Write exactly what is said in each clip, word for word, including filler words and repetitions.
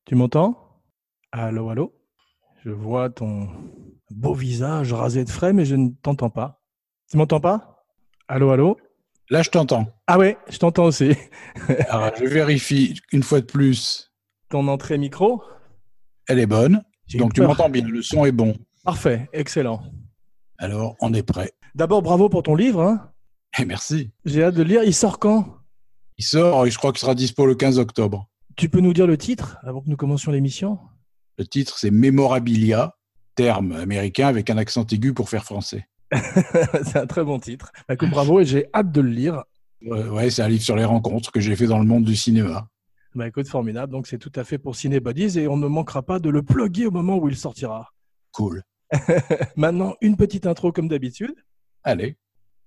Tu m'entends? Allô, allô? Je vois ton beau visage rasé de frais, mais je ne t'entends pas. Tu m'entends pas? Allô, allô? Là, je t'entends. Ah ouais, je t'entends aussi. Alors, je vérifie une fois de plus. Ton entrée micro? Elle est bonne. J'ai eu Donc, tu peur. m'entends bien. Le son est bon. Parfait, excellent. Alors, on est prêt. D'abord, bravo pour ton livre, hein. Et merci. J'ai hâte de le lire. Il sort quand? Il sort et je crois qu'il sera dispo le quinze octobre. Tu peux nous dire le titre avant que nous commencions l'émission? Le titre, c'est Memorabilia, terme américain avec un accent aigu pour faire français. C'est un très bon titre. Bah, écoute, bravo et j'ai hâte de le lire. Euh, ouais, c'est un livre sur les rencontres que j'ai fait dans le monde du cinéma. Bah, écoute, formidable. Donc, c'est tout à fait pour Cinébodies et on ne manquera pas de le plugger au moment où il sortira. Cool. Maintenant, une petite intro comme d'habitude. Allez.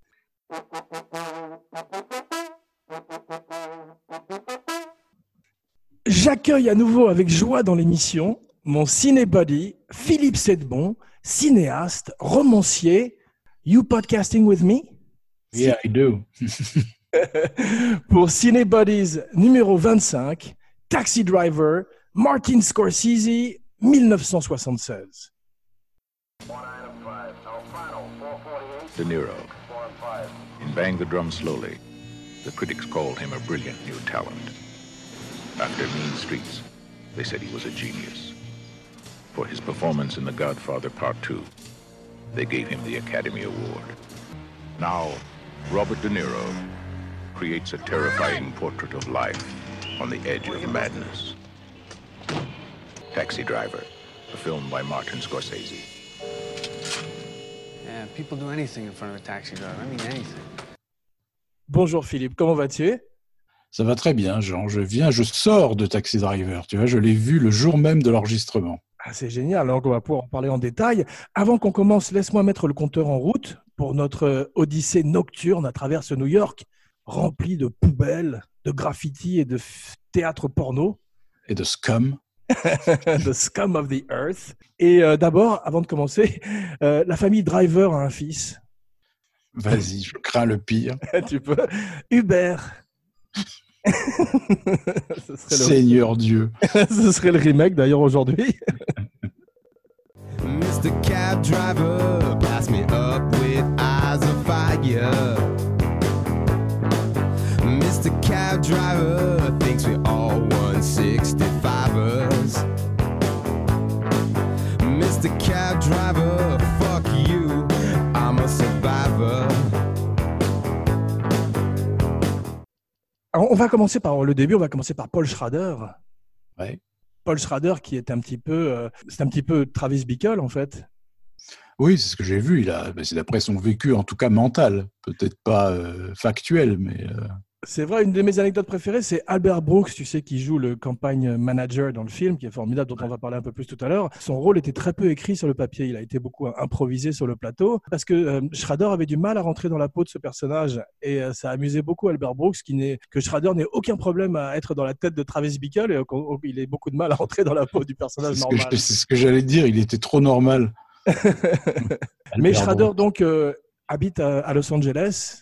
J'accueille à nouveau avec joie dans l'émission mon cinébody, Philippe Sedbon, cinéaste, romancier. You podcasting with me? Yeah, I do. Pour Cinébodies numéro vingt-cinq, Taxi Driver, Martin Scorsese, dix-neuf cent soixante-seize. De Niro. In Bang the Drum Slowly, the critics called him a brilliant new talent. After Mean Streets, they said he was a genius. For his performance in The Godfather Part two, they gave him the Academy Award. Now, Robert De Niro creates a terrifying portrait of life on the edge of madness. Taxi Driver, a film by Martin Scorsese. Yeah, people do anything in front of a taxi driver. I mean anything. Bonjour Philippe, comment vas-tu? Ça va très bien, Jean. Je viens, je sors de Taxi Driver. Tu vois, je l'ai vu le jour même de l'enregistrement. Ah, c'est génial, alors on va pouvoir en parler en détail. Avant qu'on commence, laisse-moi mettre le compteur en route pour notre odyssée nocturne à travers ce New York rempli de poubelles, de graffitis et de f- théâtre porno. Et de Scum. The scum of the earth. Et euh, d'abord, avant de commencer, euh, la famille Driver a un fils. Vas-y, je crains le pire. Tu peux. Hubert. ce, serait Seigneur Dieu. le... ce serait le remake d'ailleurs aujourd'hui. Mister Cab Driver, pass me up with eyes of fire. Mister Cab Driver thinks we all one sixty-fivers. Mister Cab Driver, fuck you, I'm a survivor. Alors, on va commencer par le début, on va commencer par Paul Schrader. Ouais. Paul Schrader qui est un petit peu, euh, c'est un petit peu Travis Bickle en fait. Oui, c'est ce que j'ai vu. Il a, ben, c'est d'après son vécu, en tout cas mental. Peut-être pas euh, factuel, mais... Euh... C'est vrai, une de mes anecdotes préférées, c'est Albert Brooks, tu sais, qui joue le campagne manager dans le film, qui est formidable, dont on va parler un peu plus tout à l'heure. Son rôle était très peu écrit sur le papier, il a été beaucoup improvisé sur le plateau, parce que euh, Schrader avait du mal à rentrer dans la peau de ce personnage, et euh, ça amusait beaucoup Albert Brooks, qui n'est, que Schrader n'ait aucun problème à être dans la tête de Travis Bickle, et euh, qu'il ait beaucoup de mal à rentrer dans la peau du personnage c'est, ce normal. que je, c'est ce que j'allais dire, il était trop normal. Mais Schrader, donc, euh, habite à, à Los Angeles.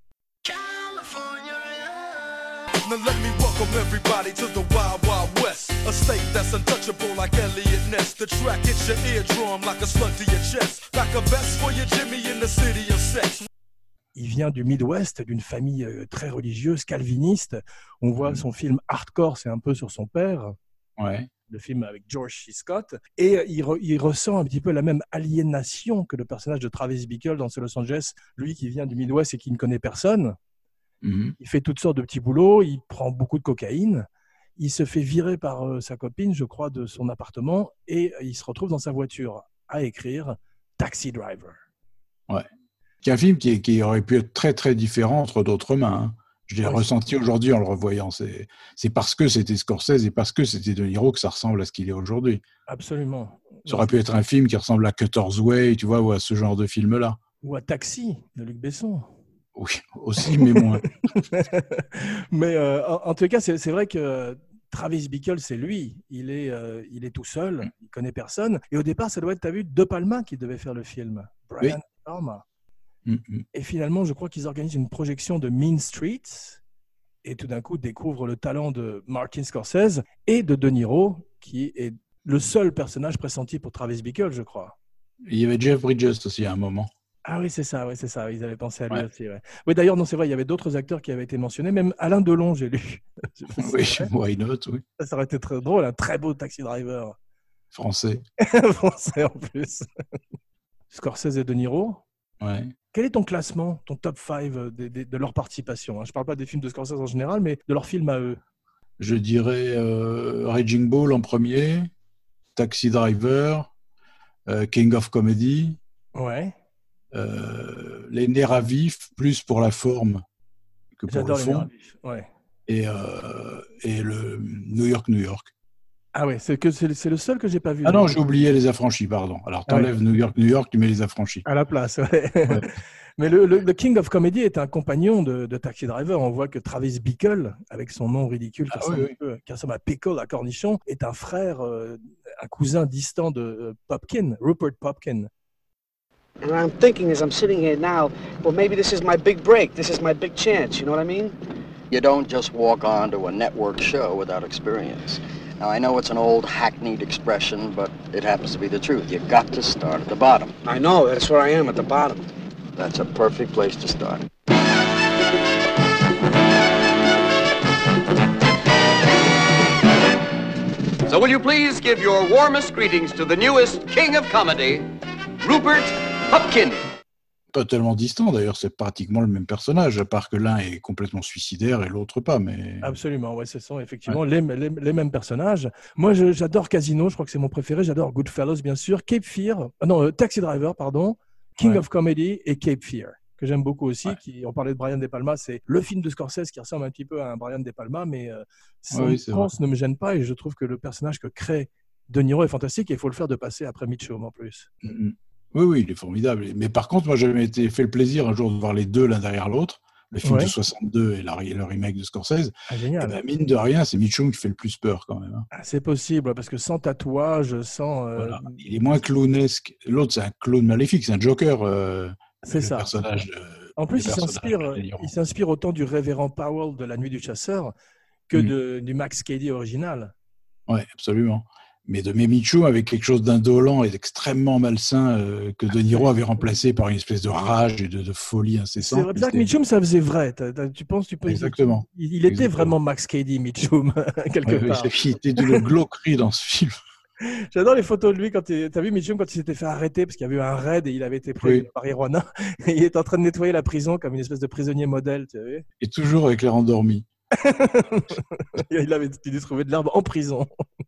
Now let me welcome everybody to the Wild Wild West, a state that's untouchable like Elliot Ness. The track hits your eardrum like a slug to your chest. Back a vest for your Jimmy in the city of sex. Il vient du Midwest, d'une famille très religieuse, calviniste. On voit mmh. son film Hardcore, c'est un peu sur son père. Ouais. Le film avec George C. Scott. Et il, re, il ressent un petit peu la même aliénation que le personnage de Travis Bickle dans ce Los Angeles. Lui qui vient du Midwest et qui ne connaît personne. Mmh. Il fait toutes sortes de petits boulots, il prend beaucoup de cocaïne, il se fait virer par euh, sa copine, je crois, de son appartement et il se retrouve dans sa voiture à écrire Taxi Driver. Ouais. C'est un film qui, qui aurait pu être très très différent entre d'autres mains. Hein. Je l'ai ouais, ressenti c'est... aujourd'hui en le revoyant. C'est, c'est parce que c'était Scorsese et parce que c'était De Niro que ça ressemble à ce qu'il est aujourd'hui. Absolument. Ça aurait pu être un film qui ressemble à Cutter's Way, tu vois, ou à ce genre de film-là. Ou à Taxi, de Luc Besson. Oui, aussi, mais moins. mais euh, en, en tout cas, c'est, c'est vrai que Travis Bickle, c'est lui. Il est, euh, il est tout seul, mm. il connaît personne. Et au départ, ça doit être, tu as vu, De Palma qui devait faire le film. Brian oui. Palma. Mm-hmm. Et finalement, je crois qu'ils organisent une projection de Mean Streets. et tout d'un coup découvre le talent de Martin Scorsese et de De Niro, qui est le seul personnage pressenti pour Travis Bickle, je crois. Il y avait Jeff Bridges aussi à un moment. Ah oui, c'est ça, oui, c'est ça. Ils avaient pensé à lui Ouais. aussi. Ouais. Oui, d'ailleurs, non, c'est vrai, il y avait d'autres acteurs qui avaient été mentionnés, même Alain Delon, j'ai lu. Oui, why not, oui. Ça, ça aurait été très drôle, un très beau Taxi Driver. Français. Français en plus. Scorsese et De Niro. Ouais. Quel est ton classement, ton top cinq de, de, de leur participation, hein? Je ne parle pas des films de Scorsese en général, mais de leurs films à eux. Je dirais euh, Raging Bull en premier, Taxi Driver, euh, King of Comedy. Ouais. Euh, les nerfs à vif, plus pour la forme que pour J'adore le les nerfs à fond. vif. Ouais. Et, euh, et le New York, New York. Ah ouais, c'est, que, c'est, c'est le seul que j'ai pas vu. Ah non, j'ai oublié Les Affranchis, pardon. Alors, t'enlèves Ah ouais. New York, New York, tu mets Les Affranchis. À la place, ouais. Ouais. Mais le, le, le King of Comedy est un compagnon de, de Taxi Driver. On voit que Travis Bickle, avec son nom ridicule, qui, Ah ressemble, oui, oui. un peu, qui ressemble à Pickle, à Cornichon, est un frère, euh, un cousin distant de euh, Popkin, Rupert Popkin. And I'm thinking as I'm sitting here now, well, maybe this is my big break. This is my big chance. You know what I mean? You don't just walk onto a network show without experience. Now, I know it's an old hackneyed expression, but it happens to be the truth. You've got to start at the bottom. I know. That's where I am, at the bottom. That's a perfect place to start. So will you please give your warmest greetings to the newest king of comedy, Rupert Pupkin. Pas tellement distant d'ailleurs, c'est pratiquement le même personnage, à part que l'un est complètement suicidaire et l'autre pas. Mais... Absolument, ouais, ce sont effectivement ouais. les, les, les mêmes personnages. Moi, je, j'adore Casino, je crois que c'est mon préféré. J'adore Goodfellas, bien sûr. Cape Fear, euh, non, euh, Taxi Driver, pardon. King ouais. of Comedy et Cape Fear, que j'aime beaucoup aussi. Ouais. Qui, on parlait de Brian De Palma, c'est le film de Scorsese qui ressemble un petit peu à un Brian De Palma, mais euh, son oui, sens ne me gêne pas et je trouve que le personnage que crée De Niro est fantastique et il faut le faire de passer après Mitchum en plus. Mm-hmm. Oui, oui, il est formidable. Mais par contre, moi, j'avais été fait le plaisir un jour de voir les deux l'un derrière l'autre, le film ouais. de soixante-deux et la, le remake de Scorsese. Ah, génial. Et ben, mine de rien, c'est Mitchum qui fait le plus peur quand même. Hein. Ah, c'est possible, parce que sans tatouage, sans... Euh... Voilà. Il est moins clownesque. L'autre, c'est un clown maléfique, c'est un Joker. Euh, c'est ça. Personnage de, en plus, il s'inspire, il s'inspire autant du révérend Powell de La Nuit du Chasseur que mm. de, du Max Cady original. Oui, absolument. Mais de Mitchum avec quelque chose d'indolent et d'extrêmement malsain euh, que De Niro avait remplacé par une espèce de rage et de, de folie incessante. C'est vrai que Mitchum, ça faisait vrai. T'as, t'as, tu penses, tu peux. Exactement. Il, il était Exactement. vraiment Max Cady, Mitchum, quelque ouais, part. Il était d'une glauquerie dans ce film. J'adore les photos de lui quand il, t'as vu Mitchum quand il s'était fait arrêter parce qu'il y avait eu un raid et il avait été pris oui. par Irwana et il est en train de nettoyer la prison comme une espèce de prisonnier modèle, tu sais. Et toujours avec l'air endormi. Il avait dû trouver de l'herbe en prison.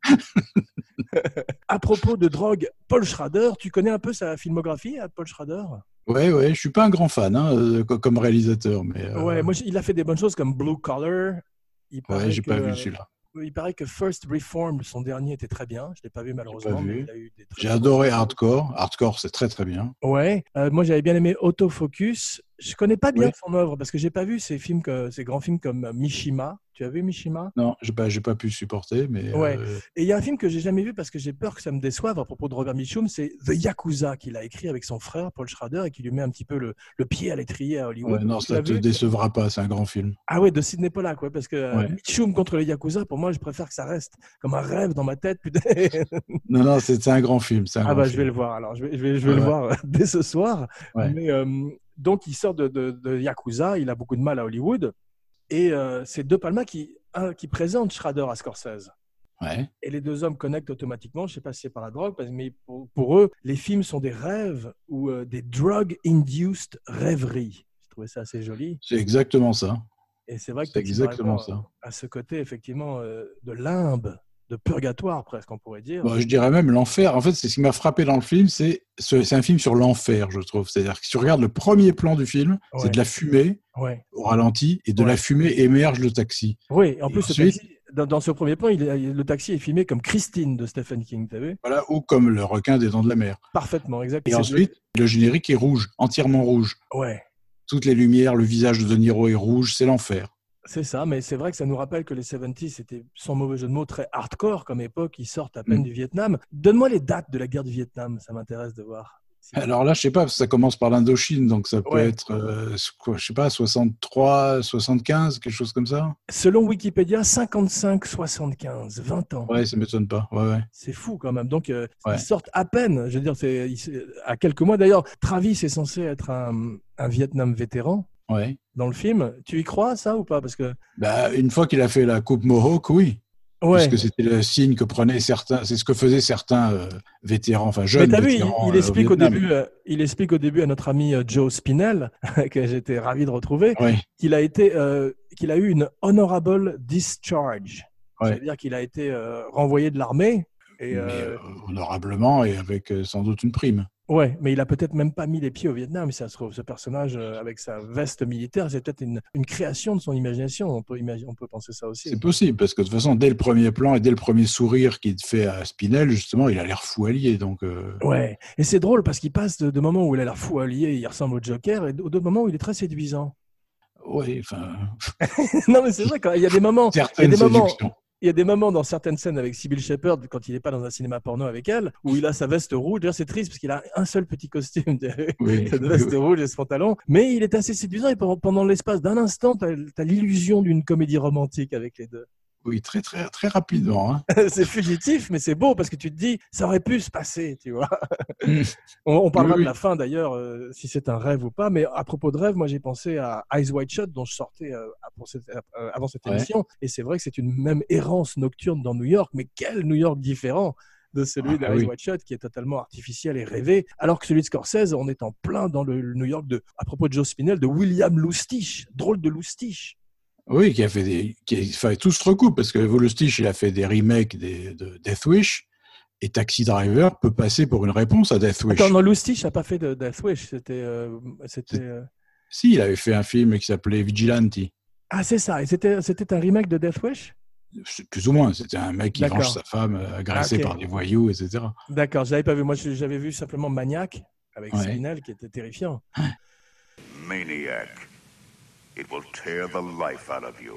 À propos de drogue, Paul Schrader, tu connais un peu sa filmographie, Paul Schrader ? Ouais, ouais, je suis pas un grand fan hein, comme réalisateur, mais. Euh... Ouais, moi il a fait des bonnes choses comme Blue Collar. Il ouais, j'ai que, pas vu celui-là. Il paraît que First Reformed, son dernier, était très bien. Je l'ai pas vu malheureusement. J'ai, pas vu. Mais il a eu des j'ai adoré Hardcore. Hardcore, c'est très très bien. Ouais, euh, moi j'avais bien aimé Autofocus. Je connais pas bien oui. son œuvre parce que j'ai pas vu ces films, que, ces grands films comme Mishima. Tu as vu Mishima ? Non, j'ai pas, j'ai pas pu supporter, mais. Ouais. Euh... Et il y a un film que j'ai jamais vu parce que j'ai peur que ça me déçoive à propos de Robert Mitchum, c'est The Yakuza qu'il a écrit avec son frère Paul Schrader et qui lui met un petit peu le, le pied à l'étrier à Hollywood. Ouais, non, ça te vu décevra pas, c'est un grand film. Ah ouais, de Sidney Pollack, ouais, parce que ouais. Mitchum contre les Yakuza, pour moi, je préfère que ça reste comme un rêve dans ma tête. non, non, c'est, c'est un grand film. C'est un ah grand bah film. je vais le voir alors, je vais, je vais, je vais ouais, le ouais. voir dès ce soir. Ouais. Mais euh, donc il sort de, de, de Yakuza, il a beaucoup de mal à Hollywood et euh, c'est De Palma qui un, qui présente Schrader à Scorsese. Ouais. Et les deux hommes connectent automatiquement. Je ne sais pas si c'est par la drogue, mais pour, pour eux, les films sont des rêves ou euh, des drug-induced rêveries. J'ai trouvé ça assez joli. C'est exactement ça. Et c'est vrai que c'est exactement ça. À ce côté, effectivement, euh, de limbe, de purgatoire presque, on pourrait dire. Bon, je dirais même l'enfer. En fait, c'est ce qui m'a frappé dans le film, c'est, c'est un film sur l'enfer, je trouve. C'est-à-dire que si tu regardes le premier plan du film, ouais. c'est de la fumée ouais. au ralenti, et de ouais. la fumée émerge le taxi. Oui, en plus, ensuite, le taxi, dans, dans ce premier plan, il est, le taxi est filmé comme Christine de Stephen King, tu as vu ? Voilà, ou comme le requin des Dents de la Mer. Parfaitement, exactement. Et ensuite, le... le générique est rouge, entièrement rouge. Ouais. Toutes les lumières, le visage de De Niro est rouge, c'est l'enfer. C'est ça, mais c'est vrai que ça nous rappelle que les soixante-dix, c'était, sans mauvais jeu de mots, très hardcore comme époque. Ils sortent à peine mmh. du Vietnam. Donne-moi les dates de la guerre du Vietnam, ça m'intéresse de voir. Alors là, je sais pas, parce que ça commence par l'Indochine, donc ça peut Ouais. être, euh, quoi, je sais pas, soixante-trois, soixante-quinze, quelque chose comme ça. Selon Wikipédia, cinquante-cinq soixante-quinze, vingt ans. Ouais, ça m'étonne pas. Ouais, ouais. C'est fou quand même. Donc, euh, Ouais. ils sortent à peine. Je veux dire, c'est, ils- à quelques mois. D'ailleurs, Travis est censé être un, un Vietnam vétéran Ouais. dans le film. Tu y crois, ça, ou pas? Parce que, Bah, une fois qu'il a fait la coupe Mohawk, oui. ouais. Puisque c'était le signe que prenaient certains, c'est ce que faisaient certains euh, vétérans, enfin Mais jeunes t'as vu, il, vétérans. il euh, explique au Vietnam. début, euh, il explique au début à notre ami euh, Joe Spinell, que j'étais ravi de retrouver, Ouais. qu'il a été, euh, qu'il a eu une honorable discharge. Ouais. C'est-à-dire qu'il a été euh, renvoyé de l'armée. Et, Mais euh, euh, honorablement et avec euh, sans doute une prime. ouais, mais il a peut-être même pas mis les pieds au Vietnam, si ça se trouve. Ce personnage euh, avec sa veste militaire, c'est peut-être une, une création de son imagination. On peut, imaginer, on peut penser ça aussi. C'est possible, parce que de toute façon, dès le premier plan et dès le premier sourire qu'il fait à Spinell, justement, il a l'air fou allié. Donc, euh, Ouais, et c'est drôle parce qu'il passe de, de moments où il a l'air fou allié, il ressemble au Joker, et d'autres moments où il est très séduisant. ouais, enfin, Non, mais c'est vrai, quand il y a des moments, il y a certaines des moments, séductions. il y a des moments dans certaines scènes avec Sybil Shepherd, quand il n'est pas dans un cinéma porno avec elle, où il a sa veste rouge. D'ailleurs, c'est triste parce qu'il a un seul petit costume, Oui, cette oui, veste oui. rouge et ce pantalon. Mais il est assez séduisant et pendant, pendant l'espace d'un instant, tu as l'illusion d'une comédie romantique avec les deux. Oui, très, très, très rapidement. Hein. C'est fugitif, mais c'est beau parce que tu te dis, ça aurait pu se passer, tu vois. Mm. On, on parlera Oui, oui. de la fin d'ailleurs, euh, si c'est un rêve ou pas. Mais à propos de rêve, moi j'ai pensé à Eyes Wide Shut, dont je sortais euh, pour cette- euh, avant cette Ouais. émission. Et c'est vrai que c'est une même errance nocturne dans New York, mais quel New York différent de celui Ah, de bah Eyes oui. Wide Shut, qui est totalement artificiel et rêvé, alors que celui de Scorsese, on est en plein dans le, le New York de, à propos de Joe Spinell, de William Lustig, drôle de Lustig. Oui, qui a fait des. Qui a, enfin, tout se recoupe, parce que Lustig, il a fait des remakes des, de Death Wish, et Taxi Driver peut passer pour une réponse à Death Wish. Attends, non, Lustig n'a pas fait de Death Wish, c'était. euh, c'était euh, Si, il avait fait un film qui s'appelait Vigilante. Ah, c'est ça. Et c'était, c'était un remake de Death Wish? Plus ou moins, c'était un mec qui D'accord. venge sa femme euh, agressée Ah, ok. par des voyous, et cetera. D'accord, je l'avais pas vu. Moi, je- j'avais vu simplement Maniac avec Ouais. Spinell, qui était terrifiant. Maniac. It will tear the life out of you.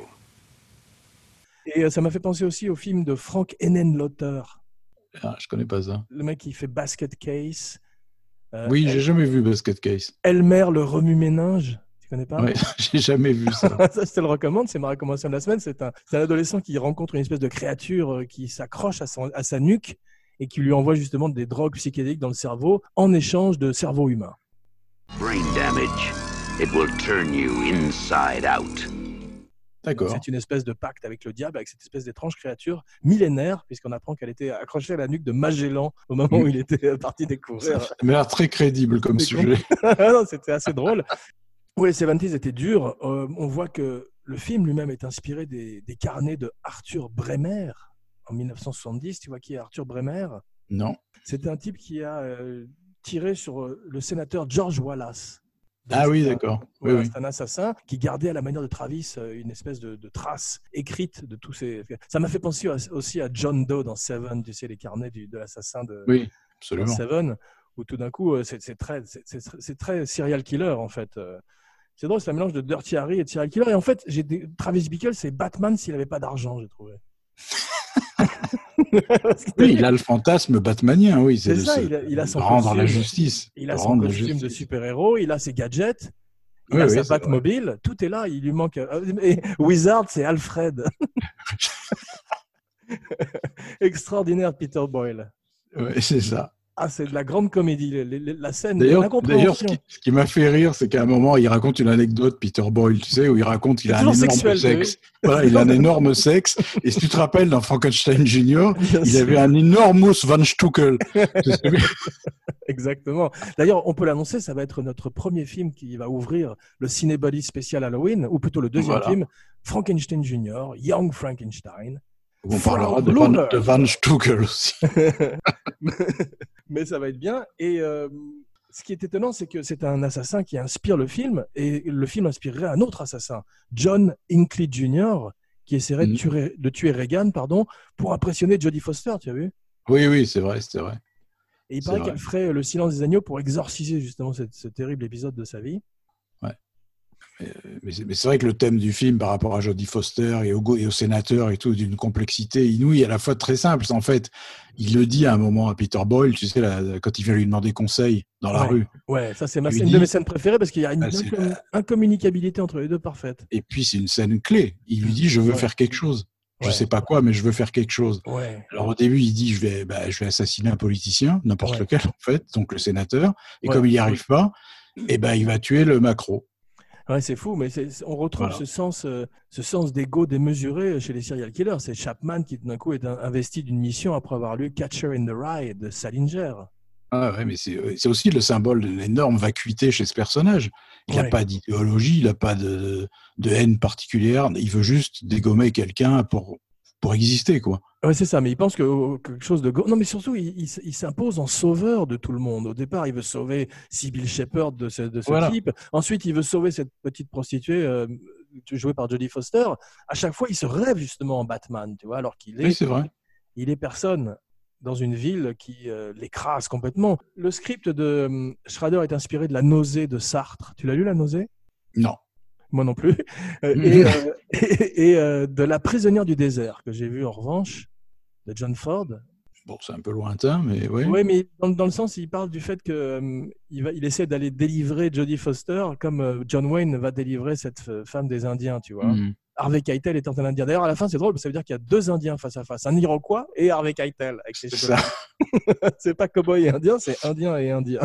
Et euh, ça m'a fait penser aussi au film de Frank Henenlotter, Ah, je connais pas ça. le mec qui fait Basket Case. Euh, Oui, El- j'ai jamais vu Basket Case. Elmer le remue-ménage. Tu connais pas? Ouais, j'ai jamais vu ça. Ça, je te le recommande, c'est ma recommandation de la semaine. C'est un, c'est un adolescent qui rencontre une espèce de créature euh, qui s'accroche à, son- à sa nuque et qui lui envoie justement des drogues psychédéliques dans le cerveau en échange de cerveau humain. Brain damage. It will turn you inside out. D'accord. C'est une espèce de pacte avec le diable, avec cette espèce d'étrange créature millénaire, puisqu'on apprend qu'elle était accrochée à la nuque de Magellan au moment où il était parti découvrir. Ça m'a l'air très crédible comme C'est sujet. Non, c'était assez drôle. Oui, les soixante-dix était dur. Euh, on voit que le film lui-même est inspiré des, des carnets de Arthur Bremer en mille neuf cent soixante-dix. Tu vois qui est Arthur Bremer? Non. C'était un type qui a euh, tiré sur euh, le sénateur George Wallace. Donc, Ah oui, c'est un- d'accord. Oui, voilà, oui. c'est un assassin qui gardait à la manière de Travis euh, une espèce de, de trace écrite de tous ces. Ça m'a fait penser à- aussi à John Doe dans Seven, tu sais, les carnets du- de l'assassin de Oui, dans absolument. Seven, où tout d'un coup, euh, c'est c'est très, c'est- c'est- c'est très serial killer en fait. Euh, C'est drôle, c'est un mélange de Dirty Harry et de serial killer. Et en fait, j'ai des... Travis Bickle, c'est Batman s'il n'avait pas d'argent, j'ai trouvé. Parce que- Oui, il a le fantasme batmanien, oui. C'est de ça, se- il a, il a de son rendre la costume, justice. il a de son rendre la costume de justice. super-héros, il a ses gadgets, il Oui, a oui, sa c'est vrai. Batmobile, tout est là, il lui manque. euh, Et Wizard, c'est Alfred. Extraordinaire Peter Boyle. Ouais, c'est ça. Ah, c'est de la grande comédie, les- les- la scène, D'ailleurs, l'incompréhension. d'ailleurs, ce qui, ce qui m'a fait rire, c'est qu'à un moment, il raconte une anecdote, Peter Boyle, tu sais, où il raconte qu'il C'est a un toujours énorme sexuel, sexe. oui. Voilà, il a un énorme sexe. Et si tu te rappelles, dans Frankenstein Junior, Bien il sûr. avait un énormous Van Stuckel. Exactement. D'ailleurs, on peut l'annoncer, ça va être notre premier film qui va ouvrir le Cinébody spécial Halloween, ou plutôt le deuxième Voilà. film, Frankenstein Junior, Young Frankenstein. On parlera de From Van, de Van Stuckel aussi. Mais ça va être bien. Et euh, ce qui est étonnant, c'est que c'est un assassin qui inspire le film, et le film inspirerait un autre assassin, John Hinckley Junior, qui essaierait de, Mhm. tuer, de tuer Reagan, pardon, pour impressionner Jodie Foster, tu as vu? Oui, oui, c'est vrai, c'est vrai. Et il C'est paraît vrai. qu'elle ferait le silence des agneaux pour exorciser justement ce, ce terrible épisode de sa vie. Ouais. Mais c'est, mais c'est vrai que le thème du film par rapport à Jodie Foster et au, et au sénateur et tout, d'une complexité inouïe, à la fois très simple. En fait, il le dit à un moment à Peter Boyle, tu sais, là, quand il vient lui demander conseil dans la ouais. rue. Ouais, ça c'est ma, Il une dit, de mes scènes préférées parce qu'il y a une ah, incom- la... incommunicabilité entre les deux parfaite. Et puis c'est une scène clé. Il lui dit, je veux ouais. faire quelque chose. Je ouais. sais pas quoi, mais je veux faire quelque chose. Ouais. Alors au début, il dit, je vais, bah, je vais assassiner un politicien, n'importe ouais. lequel en fait, donc le sénateur. Et ouais. comme il n'y arrive pas, eh ben il va tuer le macro. Ouais, c'est fou, mais c'est, on retrouve voilà. ce sens, euh, ce sens d'ego démesuré chez les serial killers. C'est Chapman qui, d'un coup, est investi d'une mission après avoir lu Catcher in the Rye de Salinger. Ah ouais, mais c'est, c'est aussi le symbole de l'énorme vacuité chez ce personnage. Il n'a ouais. pas d'idéologie, il n'a pas de, de haine particulière. Il veut juste dégommer quelqu'un pour, pour exister, quoi. Ouais, c'est ça, mais il pense que quelque chose de... Non, mais surtout, il, il, il s'impose en sauveur de tout le monde. Au départ, il veut sauver Sybil Shepherd de ce, de ce voilà. type. Ensuite, il veut sauver cette petite prostituée euh, jouée par Jodie Foster. À chaque fois, il se rêve justement en Batman, tu vois, alors qu'il est, oui, c'est vrai. Il est personne dans une ville qui euh, l'écrase complètement. Le script de euh, Schrader est inspiré de La Nausée de Sartre. Tu l'as lu, La Nausée ? Non. Moi non plus. et euh, et, et euh, de La Prisonnière du désert, que j'ai vu en revanche, de John Ford. Bon, c'est un peu lointain, mais oui. Oui, mais dans, dans le sens, il parle du fait qu'il euh, va, il essaie d'aller délivrer Jodie Foster comme euh, John Wayne va délivrer cette f- femme des Indiens, tu vois. Mm. Harvey Keitel étant un Indien. D'ailleurs, à la fin, c'est drôle, ça veut dire qu'il y a deux Indiens face à face. Un Iroquois et Harvey Keitel. Avec ses c'est ça. C'est pas cowboy et Indien, c'est Indien et Indien.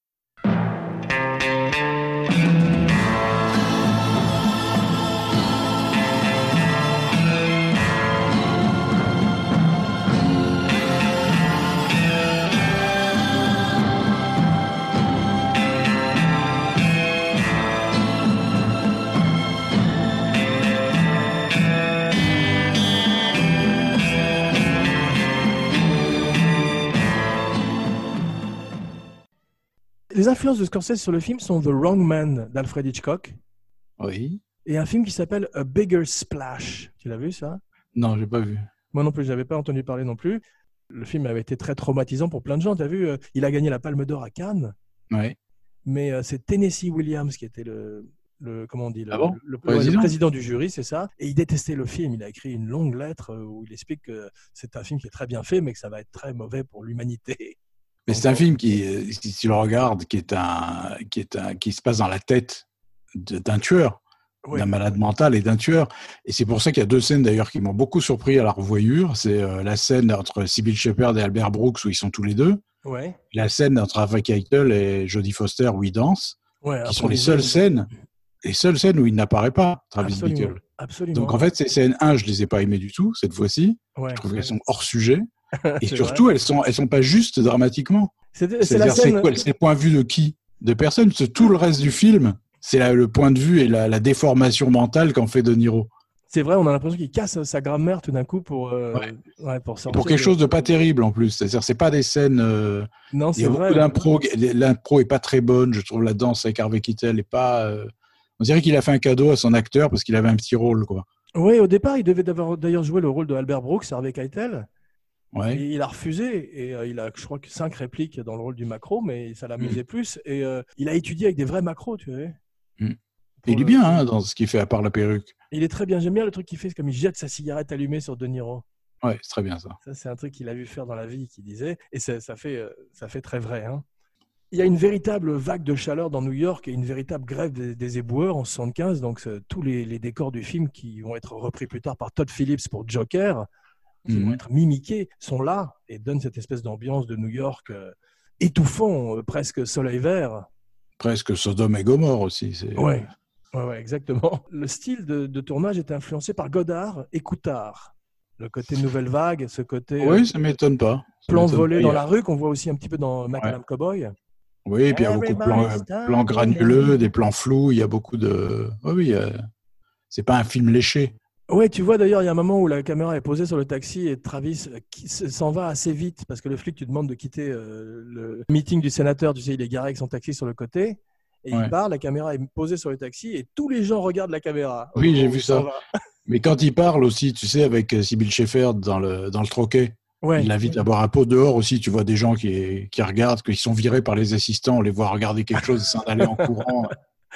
Les influences de Scorsese sur le film sont The Wrong Man d'Alfred Hitchcock. Oui. Et un film qui s'appelle A Bigger Splash. Tu l'as vu, ça ? Non, je n'ai pas vu. Moi non plus, je n'avais pas entendu parler non plus. Le film avait été très traumatisant pour plein de gens. Tu as vu, euh, il a gagné la Palme d'Or à Cannes. Oui. Mais euh, c'est Tennessee Williams qui était le, le comment on dit, le, ah bon le, le, président. le président du jury, c'est ça. Et il détestait le film. Il a écrit une longue lettre où il explique que c'est un film qui est très bien fait, mais que ça va être très mauvais pour l'humanité. Mais c'est un film qui, si tu le regardes, qui est un, qui est un, qui se passe dans la tête de, d'un tueur, oui. d'un malade mental et d'un tueur. Et c'est pour ça qu'il y a deux scènes d'ailleurs qui m'ont beaucoup surpris à la revoyure. C'est euh, la scène entre Sybil Shepherd et Albert Brooks où ils sont tous les deux. Ouais. La scène entre Harvey Keitel et Jodie Foster où ils dansent, ouais, qui sont les seules scènes, les seules scènes où il n'apparaît pas, Travis absolument, Bickle. Absolument. Donc en fait, ces scènes, un, je les ai pas aimées du tout cette fois-ci. Ouais, je trouve ouais. qu'elles sont hors sujet. Et surtout, vrai. elles sont, elles sont pas justes dramatiquement. C'est, c'est, C'est-à-dire, la scène... c'est quoi, c'est le point de vue de qui ? De personne. C'est tout le reste du film, c'est la, le point de vue et la, la déformation mentale qu'en fait De Niro. C'est vrai, on a l'impression qu'il casse sa grammaire tout d'un coup pour, euh, ouais. Ouais, pour sortir. Pour quelque de... chose de pas terrible en plus. C'est-à-dire, c'est pas des scènes. Euh... Non, c'est il y a vrai. Beaucoup d'impro. L'impro est pas très bonne. Je trouve la danse avec Harvey Keitel est pas. Euh... On dirait qu'il a fait un cadeau à son acteur parce qu'il avait un petit rôle, quoi. Oui, au départ, il devait d'ailleurs jouer le rôle de Albert Brooks, Harvey Keitel. Ouais. Et il a refusé et euh, il a, je crois, que cinq répliques dans le rôle du macro, mais ça l'amusait mmh. plus. Et euh, il a étudié avec des vrais macros, tu vois. Mmh. Et il est bien hein, dans ce qu'il fait à part la perruque. Il est très bien. J'aime bien le truc qu'il fait, c'est comme il jette sa cigarette allumée sur De Niro. Ouais, c'est très bien ça. Ça, c'est un truc qu'il a vu faire dans la vie, qu'il disait, et ça, ça fait, ça fait très vrai. Hein. Il y a une véritable vague de chaleur dans New York et une véritable grève des, des éboueurs en soixante-quinze. Donc tous les, les décors du film qui vont être repris plus tard par Todd Phillips pour Joker, qui mmh. vont être mimiqués, sont là et donnent cette espèce d'ambiance de New York euh, étouffant, euh, presque soleil vert. Presque Sodome et Gomorre aussi. C'est... Ouais. Ouais, ouais, exactement. Le style de, de tournage est influencé par Godard et Coutard. Le côté nouvelle vague, ce côté... Oui, euh, ça ne m'étonne pas. Ça plan m'étonne volé pas. dans la rue qu'on voit aussi un petit peu dans Macadam ouais. Cowboy. Oui, et puis il y a beaucoup de plans, plans granuleux, des plans flous, il y a beaucoup de... Oui, oui, euh... c'est pas un film léché. Oui, tu vois d'ailleurs, il y a un moment où la caméra est posée sur le taxi et Travis s'en va assez vite parce que le flic lui demande de quitter euh, le meeting du sénateur. Tu sais, il est garé avec son taxi sur le côté et ouais. il part, la caméra est posée sur le taxi et tous les gens regardent la caméra. Oui, j'ai vu ça. Mais quand il parle aussi, tu sais, avec Sybil Shepherd dans le, dans le troquet, ouais. il l'invite à boire un pot dehors aussi. Tu vois des gens qui, qui regardent, qui sont virés par les assistants, on les voit regarder quelque chose et s'en aller en courant.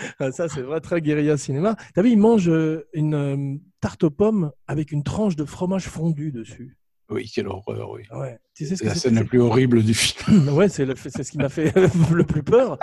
Ça, c'est vrai, très guérilla cinéma. T'as vu, il mange une euh, tarte aux pommes avec une tranche de fromage fondu dessus. Oui, quelle horreur, oui. Ouais. Tu sais ce c'est que la c'est, scène c'est... la plus horrible du film. Ouais, c'est, le, c'est ce qui m'a fait le plus peur.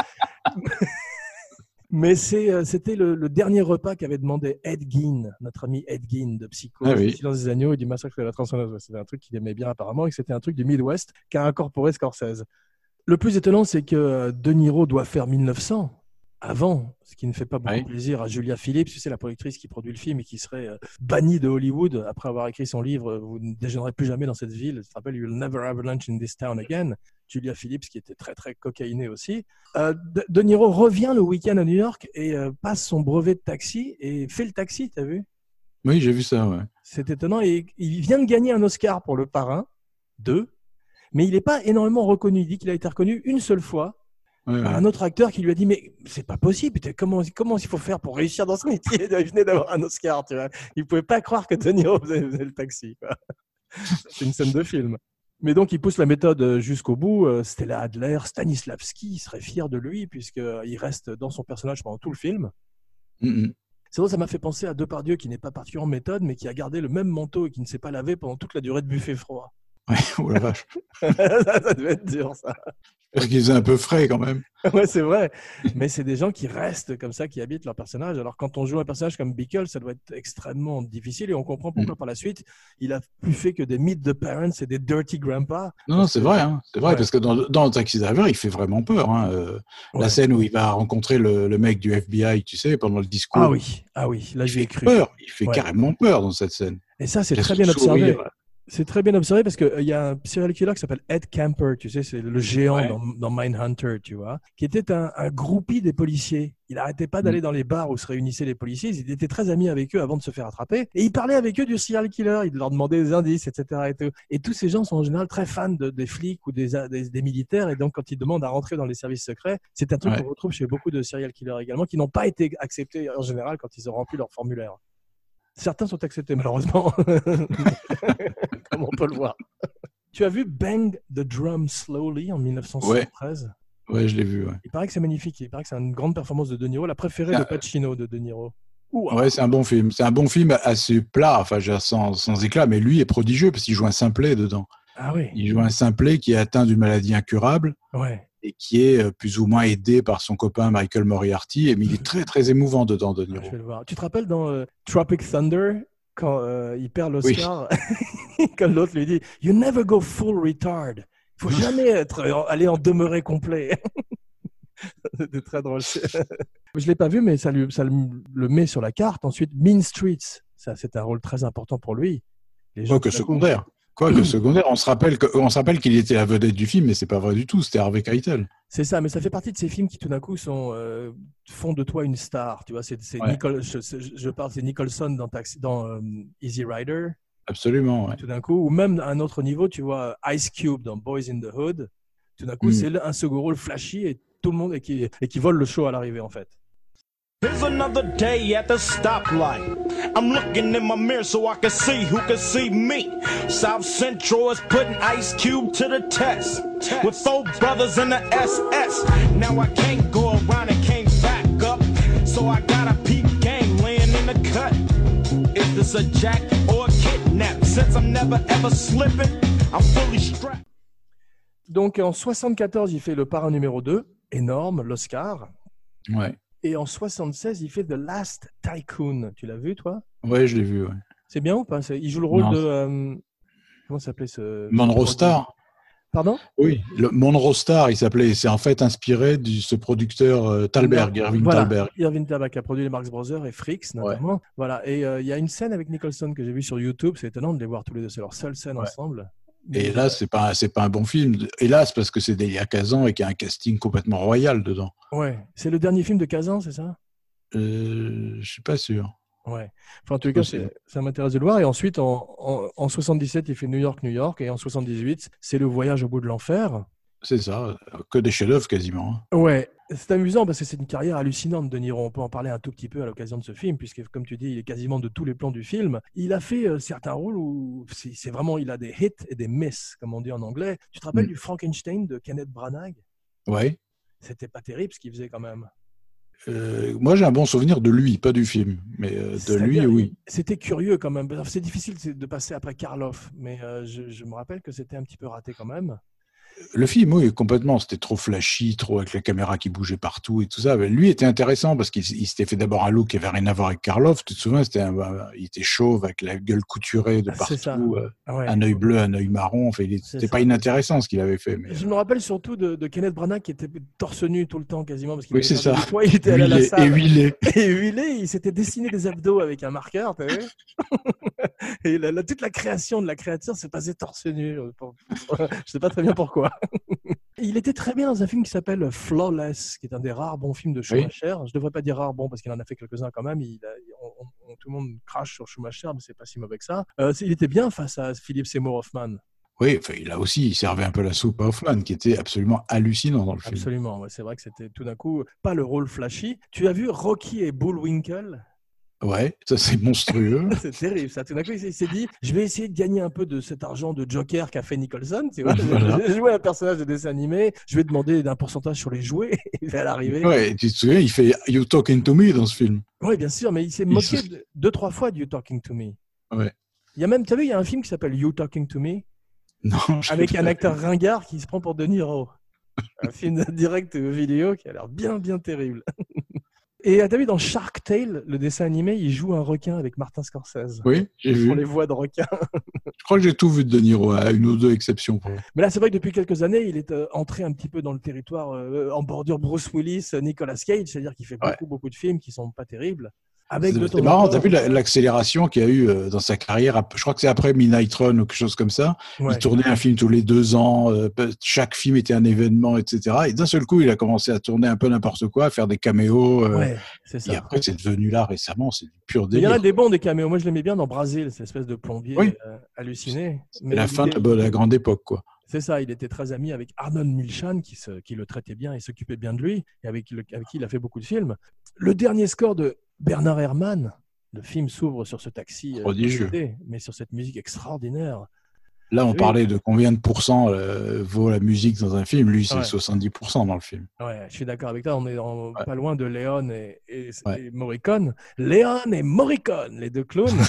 Mais c'est, euh, c'était le, le dernier repas qu'avait demandé Ed Gein, notre ami Ed Gein de Psycho, ah, du oui. Silence des agneaux et du Massacre de la tronçonneuse. Ouais, c'était un truc qu'il aimait bien apparemment et que c'était un truc du Midwest qu'a incorporé Scorsese. Le plus étonnant, c'est que De Niro doit faire mille neuf cents avant, ce qui ne fait pas beaucoup oui. plaisir à Julia Phillips, tu sais, la productrice qui produit le film et qui serait euh, bannie de Hollywood après avoir écrit son livre « Vous ne déjeunerez plus jamais dans cette ville ». Tu te rappelles « You'll never have lunch in this town again ». Julia Phillips, qui était très, très cocaïnée aussi. Euh, de, de Niro revient le week-end à New York et euh, passe son brevet de taxi et fait le taxi, t'as vu ? Oui, j'ai vu ça, ouais. C'est étonnant. Et il vient de gagner un Oscar pour Le Parrain, deux, mais il n'est pas énormément reconnu. Il dit qu'il a été reconnu une seule fois. Ouais, par ouais. un autre acteur qui lui a dit mais c'est pas possible, comment, comment il faut faire pour réussir dans ce métier? Il venait d'avoir un Oscar, tu vois. Il pouvait pas croire que De Niro faisait, faisait le taxi, quoi. C'est une scène de film. Mais donc il pousse la méthode jusqu'au bout. Stella Adler, Stanislavski serait fier de lui puisqu'il reste dans son personnage pendant tout le film. Mm-hmm. C'est vrai, ça m'a fait penser à Depardieu qui n'est pas particulièrement méthode mais qui a gardé le même manteau et qui ne s'est pas lavé pendant toute la durée de Buffet froid. Ouais, oh la vache. ça, ça devait être dur, ça. Parce qu'ils est un peu frais quand même. Ouais, c'est vrai. Mais c'est des gens qui restent comme ça, qui habitent leur personnage. Alors quand on joue un personnage comme Bickle, ça doit être extrêmement difficile et on comprend pourquoi mm. par la suite, il a plus fait que des Meet the Parents et des Dirty Grandpa. Non, non c'est vrai. Hein. C'est vrai ouais. parce que dans, dans Taxi Driver, il fait vraiment peur. Hein. Euh, ouais. La scène où il va rencontrer le, le mec du F B I, tu sais, pendant le discours. Ah oui, ah oui. Là, j'ai cru. Peur. Il fait ouais. carrément peur dans cette scène. Et ça, c'est très bien observé. C'est très bien observé parce qu'il euh, y a un serial killer qui s'appelle Ed Kemper, tu sais, c'est le géant ouais. dans, dans Mindhunter, tu vois, qui était un, un groupie des policiers. Il n'arrêtait pas d'aller mmh. dans les bars où se réunissaient les policiers. Il était très ami avec eux avant de se faire attraper. Et il parlait avec eux du serial killer. Il leur demandait des indices, et cetera. Et, tout. Et tous ces gens sont en général très fans de, des flics ou des, des, des militaires. Et donc, quand ils demandent à rentrer dans les services secrets, c'est un truc ouais. qu'on retrouve chez beaucoup de serial killers également, qui n'ont pas été acceptés en général quand ils ont rempli leur formulaire. Certains sont acceptés, malheureusement. Comme on peut le voir. Tu as vu Bang the Drum Slowly en dix-neuf cent soixante-treize? Ouais, ouais je l'ai vu. Ouais. Il paraît que c'est magnifique. Il paraît que c'est une grande performance de De Niro, la préférée ah. de Pacino de De Niro. Ouah. Ouais, c'est un bon film. C'est un bon film assez plat, enfin, sans, sans éclat, mais lui est prodigieux parce qu'il joue un simplet dedans. Ah oui. Il joue un simplet qui est atteint d'une maladie incurable. Ouais. Et qui est plus ou moins aidé par son copain Michael Moriarty. Mais il est très, très émouvant dedans, De Niro. Je vais le voir. Tu te rappelles dans euh, Tropic Thunder, quand euh, il perd l'Oscar, oui. quand l'autre lui dit « You never go full retard ». Il ne faut jamais être, aller en demeuré complet. C'était très drôle. Je ne l'ai pas vu, mais ça, lui, ça le, le met sur la carte. Ensuite, Mean Streets, ça, c'est un rôle très important pour lui. Les gens que secondaire. Quoique secondaire, on se rappelle que, on se rappelle qu'il était la vedette du film, mais c'est pas vrai du tout. C'était Harvey Keitel. C'est ça, mais ça fait partie de ces films qui tout d'un coup sont euh, font de toi une star. Tu vois, c'est, c'est ouais. Nicol, je, je parle, c'est Nicholson dans, Taxi, dans euh, Easy Rider. Absolument. Ouais. Tout d'un coup, ou même à un autre niveau, tu vois Ice Cube dans Boys in the Hood. Tout d'un coup, mm. c'est un second rôle flashy et tout le monde et qui et qui vole le show à l'arrivée en fait. Here's another day at the stoplight. I'm looking in my mirror so I can see who can see me. South Central is putting Ice Cube to the test. With four brothers in the S S. Now I can't go around and can't back up. So I got a peep game laying in the cut. Is this a jack or a kidnap? Since I'm never ever slipping, I'm fully strapped. Donc en soixante-quatorze, il fait Le Parrain numéro deux. Énorme, l'Oscar. Ouais. Et en soixante-seize, il fait The Last Tycoon. Tu l'as vu, toi? Ouais, je l'ai vu. Ouais. C'est bien ou pas? Il joue le rôle non. de... Euh, comment s'appelait ce... Monroe Star. Pardon? Oui, le Monroe Star, il s'appelait. C'est en fait inspiré de ce producteur euh, Thalberg, Irving voilà, Thalberg. Irving Thalberg qui a produit les Marx Brothers et Freaks, notamment. Ouais. Voilà. Et il euh, y a une scène avec Nicholson que j'ai vue sur YouTube. C'est étonnant de les voir tous les deux. C'est leur seule scène ouais. ensemble. Et là, c'est pas, c'est pas un bon film. Hélas, parce que c'est d'il y a Kazan et qu'il y a un casting complètement royal dedans. Ouais. C'est le dernier film de Kazan, c'est ça? euh, Je suis pas sûr. Ouais. Enfin, en tout cas, c'est, ça m'intéresse de le voir. Et ensuite, en, en, en soixante-dix-sept, il fait New York, New York. Et en soixante-dix-huit, c'est Le Voyage au bout de l'enfer. C'est ça. Que des chefs-d'œuvre quasiment. Ouais. C'est amusant parce que c'est une carrière hallucinante de Niro. On peut en parler un tout petit peu à l'occasion de ce film, puisque, comme tu dis, il est quasiment de tous les plans du film. Il a fait euh, certains rôles où c'est, c'est vraiment, il a des hits et des misses, comme on dit en anglais. Tu te rappelles mm. du Frankenstein de Kenneth Branagh? Ouais. C'était pas terrible ce qu'il faisait quand même. Euh, moi, j'ai un bon souvenir de lui, pas du film, mais euh, de lui, oui. C'était curieux quand même. C'est difficile de passer après Karloff, mais euh, je, je me rappelle que c'était un petit peu raté quand même. Le film, oui, complètement. C'était trop flashy, trop avec la caméra qui bougeait partout et tout ça. Mais lui était intéressant parce qu'il il s'était fait d'abord un look qui avait rien à voir avec Karloff. Tu te souviens, c'était un, il était chauve avec la gueule couturée de partout, euh, ouais. un œil bleu, un œil marron. Enfin, il c'était pas inintéressant ce qu'il avait fait. Mais... Je me rappelle surtout de, de Kenneth Branagh qui était torse nu tout le temps quasiment parce qu'il oui, c'est ça. Fois, il était allé à la salle. Et huilé. Et huilé. Il s'était dessiné des abdos avec un marqueur, t'as vu? Et la, la, toute la création de la créature s'est passée torse nu. Je sais pas très bien pourquoi. Il était très bien dans un film qui s'appelle Flawless, qui est un des rares bons films de Schumacher. Oui. Je ne devrais pas dire rare bon parce qu'il en a fait quelques-uns quand même. Il a, on, on, tout le monde crache sur Schumacher, mais c'est pas si mauvais que ça. Euh, il était bien face à Philip Seymour Hoffman. Oui, enfin, il a aussi, il servait un peu la soupe à Hoffman, qui était absolument hallucinant dans le film. Absolument, ouais, c'est vrai que c'était tout d'un coup pas le rôle flashy. Tu as vu Rocky et Bullwinkle? Ouais, ça c'est monstrueux. C'est terrible, ça. Tout d'un coup, il s'est dit, je vais essayer de gagner un peu de cet argent de Joker qu'a fait Nicholson. Tu vois, voilà. J'ai joué un personnage de dessin animé. Je vais demander un pourcentage sur les jouets. Il va l'arriver. Ouais, tu te souviens, il fait You Talking to Me dans ce film. Oui, bien sûr, mais il s'est moqué il... de, deux, trois fois de You Talking to Me. Ouais. Il y a même, tu as vu, il y a un film qui s'appelle You Talking to Me. Non. Avec un acteur ringard qui se prend pour De Niro. Un film direct vidéo qui a l'air bien, bien terrible. Et t'as vu dans Shark Tale, le dessin animé, il joue un requin avec Martin Scorsese. Oui, j'ai vu. Pour les voix de requin. Je crois que j'ai tout vu de De Niro, à une ou deux exceptions. Mais là, c'est vrai que depuis quelques années, il est euh, entré un petit peu dans le territoire euh, en bordure Bruce Willis, Nicolas Cage, c'est-à-dire qu'il fait beaucoup, ouais. beaucoup de films qui sont pas terribles. Avec c'est, c'est marrant, t'as vu la, l'accélération qu'il y a eu euh, dans sa carrière. Je crois que c'est après Midnight Run ou quelque chose comme ça. Ouais. Il tournait un film tous les deux ans. Euh, chaque film était un événement, et cetera. Et d'un seul coup, il a commencé à tourner un peu n'importe quoi, à faire des caméos. Euh, ouais, c'est ça. Et après, c'est devenu là récemment. C'est du pur délire. Il y en a des bons, des caméos. Moi, je l'aimais bien dans Brasil, cette espèce de plombier oui. euh, halluciné. C'est mais la fin était... de la grande époque, quoi. C'est ça, il était très ami avec Arnold Milchan, qui, se, qui le traitait bien et s'occupait bien de lui, et avec, le, avec qui il a fait beaucoup de films. Le dernier score de Bernard Herrmann, le film s'ouvre sur ce taxi, prodigieux, euh, mais sur cette musique extraordinaire. Là, on oui. parlait de combien de pourcents euh, vaut la musique dans un film. Lui, c'est ouais. soixante-dix pour cent dans le film. Ouais, je suis d'accord avec toi. On est en, ouais. pas loin de Léon et, et, ouais. et Morricone. Léon et Morricone, les deux clowns.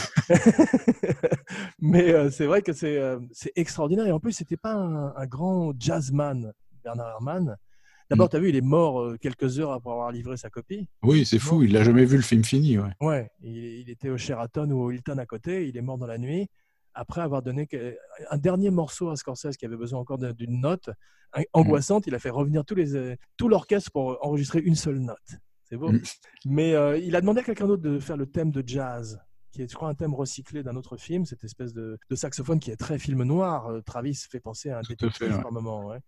Mais euh, c'est vrai que c'est, euh, c'est extraordinaire. Et en plus, c'était pas un, un grand jazzman, Bernard Herrmann. D'abord, mmh. tu as vu, il est mort euh, quelques heures après avoir livré sa copie. Oui, c'est fou, il n'a jamais vu le film fini. Ouais, ouais il, il était au Sheraton ou au Hilton à côté, il est mort dans la nuit, après avoir donné un dernier morceau à Scorsese qui avait besoin encore d'une note angoissante. Mmh. Il a fait revenir tous les, tout l'orchestre pour enregistrer une seule note. C'est beau. Mmh. Mais euh, il a demandé à quelqu'un d'autre de faire le thème de jazz, qui est, je crois, un thème recyclé d'un autre film, cette espèce de, de saxophone qui est très film noir. Travis fait penser à un détective ouais. par moment. Ouais.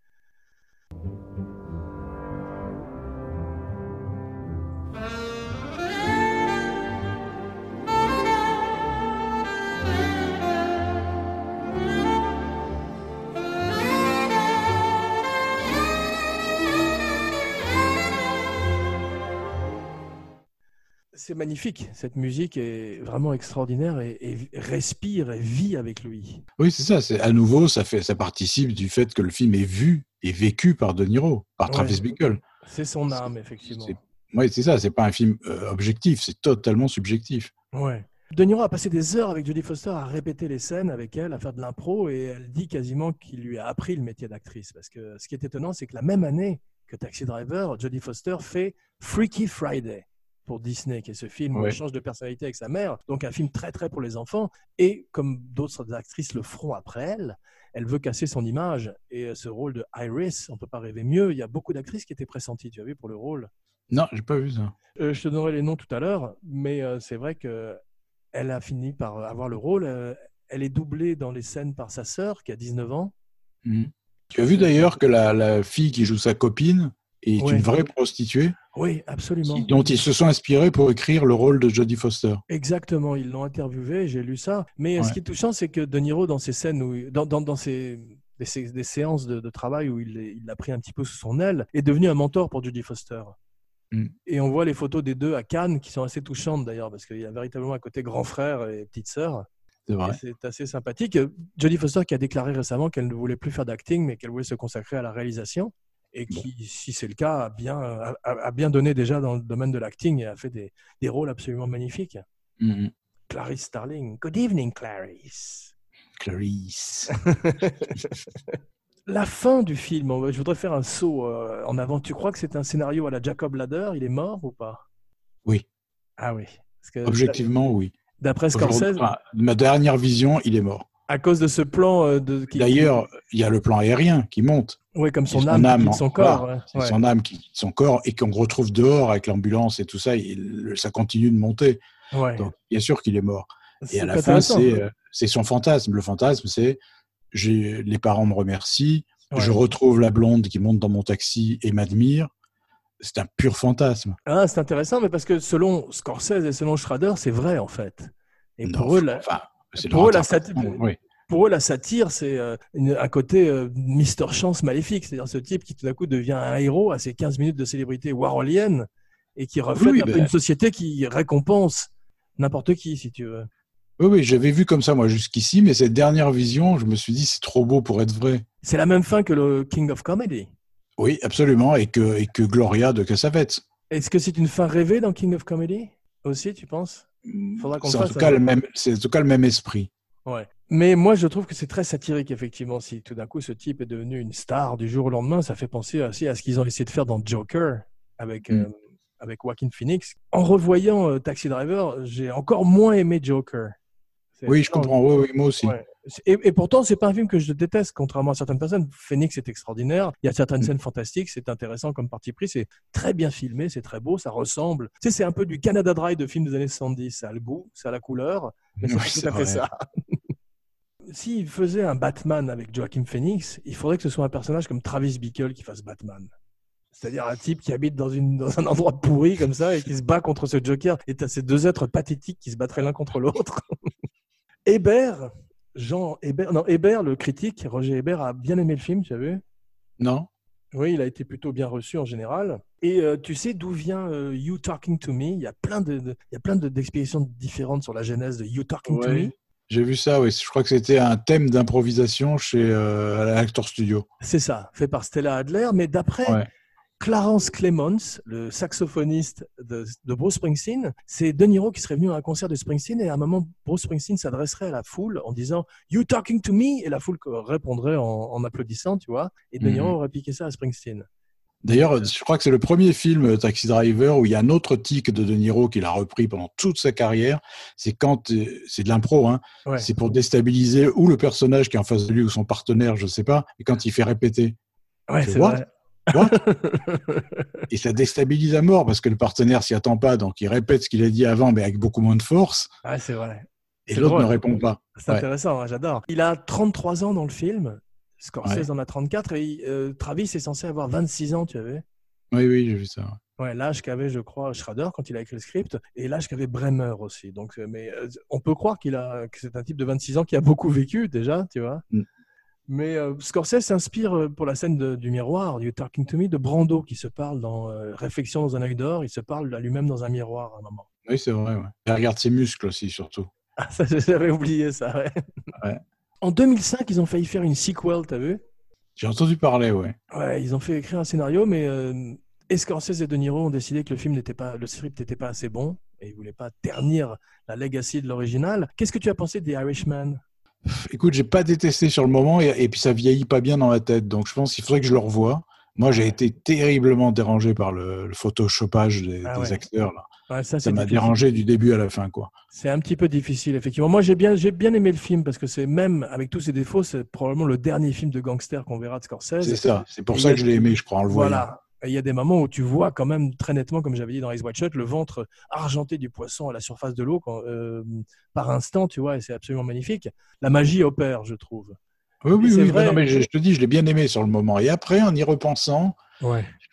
C'est magnifique, cette musique est vraiment extraordinaire et, et respire et vit avec lui. Oui, c'est ça. C'est, à nouveau, ça, fait, ça participe du fait que le film est vu et vécu par De Niro, par ouais. Travis Bickle. C'est son âme, effectivement. C'est, oui, c'est ça. C'est pas un film euh, objectif, c'est totalement subjectif. Ouais. De Niro a passé des heures avec Jodie Foster à répéter les scènes avec elle, à faire de l'impro, et elle dit quasiment qu'il lui a appris le métier d'actrice. Parce que ce qui est étonnant, c'est que la même année que Taxi Driver, Jodie Foster fait Freaky Friday pour Disney, qui est ce film ouais. où elle change de personnalité avec sa mère, donc un film très très pour les enfants, et comme d'autres actrices le feront après elle, elle veut casser son image, et ce rôle de Iris, on ne peut pas rêver mieux, il y a beaucoup d'actrices qui étaient pressenties, tu as vu, pour le rôle. Non, j'ai pas vu ça. Euh, je te donnerai les noms tout à l'heure, mais euh, c'est vrai qu'elle a fini par avoir le rôle, euh, elle est doublée dans les scènes par sa sœur, qui a dix-neuf ans. Mmh. Tu as vu d'ailleurs que la, la fille qui joue sa copine est ouais. une vraie prostituée. Oui, absolument. Qui, dont ils se sont inspirés pour écrire le rôle de Jodie Foster. Exactement, ils l'ont interviewé, j'ai lu ça. Mais ouais. ce qui est touchant, c'est que De Niro, dans ces scènes, où, dans, dans, dans ces, des, des séances de, de travail où il, il l'a pris un petit peu sous son aile, est devenu un mentor pour Jodie Foster. Mm. Et on voit les photos des deux à Cannes, qui sont assez touchantes d'ailleurs, parce qu'il y a véritablement un côté grand frère et petite sœur. C'est vrai. Et c'est assez sympathique. Jodie Foster qui a déclaré récemment qu'elle ne voulait plus faire d'acting, mais qu'elle voulait se consacrer à la réalisation. et qui, bon. si c'est le cas, a bien, a, a bien donné déjà dans le domaine de l'acting et a fait des, des rôles absolument magnifiques. Mm-hmm. Clarice Starling. Good evening, Clarice. Clarice. La fin du film, je voudrais faire un saut euh, en avant. Tu crois que c'est un scénario à la Jacob Ladder? Il est mort ou pas? Oui. Ah oui. Parce que, objectivement, oui. D'après Scorsese, enfin, ma dernière vision, il est mort. À cause de ce plan euh, de. Qui, D'ailleurs, il y a le plan aérien qui monte. Oui, comme son, son âme, âme qui quitte son corps. Voilà, ouais. C'est ouais. son âme qui quitte son corps et qu'on retrouve dehors avec l'ambulance et tout ça. Il, ça continue de monter. Ouais. Donc, bien sûr qu'il est mort. C'est et à la fin, c'est, euh, c'est son fantasme. Le fantasme, c'est j'ai, les parents me remercient, ouais. je retrouve la blonde qui monte dans mon taxi et m'admire. C'est un pur fantasme. Ah, c'est intéressant, mais parce que selon Scorsese et selon Schrader, c'est vrai en fait. Et non, pour eux, la, enfin, c'est pour, eux, la satire, oui. pour eux, la satire, c'est euh, une, un côté euh, Mister Chance maléfique. C'est-à-dire ce type qui tout d'un coup devient un héros à ses quinze minutes de célébrité warholienne et qui reflète oui, un ben... peu une société qui récompense n'importe qui, si tu veux. Oui, oui, j'avais vu comme ça, moi, jusqu'ici, mais cette dernière vision, je me suis dit, c'est trop beau pour être vrai. C'est la même fin que le King of Comedy. Oui, absolument, et que, et que Gloria de Cassavetes. Est-ce que c'est une fin rêvée dans King of Comedy aussi, tu penses? Faudra qu'on c'est, en tout cas le même, c'est en tout cas le même esprit. Ouais. Mais moi, je trouve que c'est très satirique, effectivement. Si tout d'un coup, ce type est devenu une star du jour au lendemain, ça fait penser aussi à ce qu'ils ont essayé de faire dans Joker avec, mm. euh, avec Joaquin Phoenix. En revoyant euh, Taxi Driver, j'ai encore moins aimé Joker. C'est oui, je comprends. Oui, oui, moi aussi. Ouais. Et, et pourtant, c'est pas un film que je déteste, contrairement à certaines personnes. Phoenix est extraordinaire. Il y a certaines mmh. scènes fantastiques. C'est intéressant comme parti pris. C'est très bien filmé. C'est très beau. Ça ressemble. Tu sais, c'est un peu du Canada Dry de films des années soixante-dix. Ça a le goût, ça a la couleur, mais c'est oui, pas tout à fait ça. S'il faisait un Batman avec Joaquin Phoenix, il faudrait que ce soit un personnage comme Travis Bickle qui fasse Batman. C'est-à-dire un type qui habite dans, une, dans un endroit pourri comme ça et qui se bat contre ce Joker. Et tu as ces deux êtres pathétiques qui se battraient l'un contre l'autre. Hébert, Jean Hébert, non, Hébert, le critique, Roger Hébert, a bien aimé le film, tu as vu? Non. Oui, il a été plutôt bien reçu en général. Et euh, tu sais d'où vient euh, You Talking to Me? Il y a plein, de, de, il y a plein de, d'explications différentes sur la genèse de You Talking ouais, to Me. J'ai vu ça, oui. Je crois que c'était un thème d'improvisation chez euh, Actor Studio. C'est ça, fait par Stella Adler, mais d'après... Ouais. Clarence Clemons, le saxophoniste de, de Bruce Springsteen, c'est De Niro qui serait venu à un concert de Springsteen et à un moment, Bruce Springsteen s'adresserait à la foule en disant « You talking to me ?» et la foule répondrait en, en applaudissant, tu vois, et De Niro mmh. aurait piqué ça à Springsteen. D'ailleurs, je crois que c'est le premier film Taxi Driver où il y a un autre tic de De Niro qu'il a repris pendant toute sa carrière. C'est quand c'est de l'impro, hein. Ouais. C'est pour déstabiliser ou le personnage qui est en face de lui ou son partenaire, je sais pas, et quand il fait répéter. Ouais, c'est vrai. What? Et ça déstabilise à mort parce que le partenaire s'y attend pas, donc il répète ce qu'il a dit avant, mais avec beaucoup moins de force. Ouais, c'est vrai. Et c'est l'autre drôle. ne répond pas. C'est ouais. intéressant, hein, j'adore. Il a trente-trois ans dans le film. Scorsese ouais. en a trente-quatre et euh, Travis est censé avoir vingt-six ans, tu as vu? Oui, oui, j'ai vu ça. Ouais. Ouais, l'âge qu'avait, je crois, Schrader quand il a écrit le script, et l'âge qu'avait Bremer aussi. Donc, mais euh, on peut croire qu'il a, que c'est un type de vingt-six ans qui a beaucoup vécu déjà, tu vois. Mm. Mais euh, Scorsese s'inspire euh, pour la scène de, du miroir, You Talking to Me, de Brando qui se parle dans euh, Réflexion dans un œil d'or. Il se parle à lui-même dans un miroir à un moment. Oui, c'est vrai. Ouais. Il regarde ses muscles aussi, surtout. Ah, ça, j'avais oublié ça. Ouais. Ouais. En deux mille cinq, ils ont failli faire une sequel, t'as vu? J'ai entendu parler, ouais. Ouais, ils ont fait écrire un scénario, mais euh, et Scorsese et De Niro ont décidé que le film n'était pas, le script n'était pas assez bon et ils voulaient pas ternir la legacy de l'original. Qu'est-ce que tu as pensé des Irishman? Écoute, j'ai pas détesté sur le moment et, et puis ça vieillit pas bien dans ma tête, donc je pense qu'il faudrait que je le revoie. Moi, j'ai été terriblement dérangé par le, le photoshopage des, ah des ouais. acteurs là. Ouais, ça, ça m'a difficile. dérangé du début à la fin, quoi. C'est un petit peu difficile, effectivement. Moi, j'ai bien, j'ai bien aimé le film parce que c'est même avec tous ses défauts, c'est probablement le dernier film de gangster qu'on verra de Scorsese. C'est ça. C'est pour et ça que a... je l'ai aimé, je crois, en le voyant. Voilà. Il y a des moments où tu vois quand même très nettement, comme j'avais dit dans Eyes Wide Shut, le ventre argenté du poisson à la surface de l'eau quand, euh, par instant, tu vois, et c'est absolument magnifique. La magie opère, je trouve. Oui, oui, oui. Vrai... Non, mais je, je te dis, je l'ai bien aimé sur le moment. Et après, en y repensant, ouais. je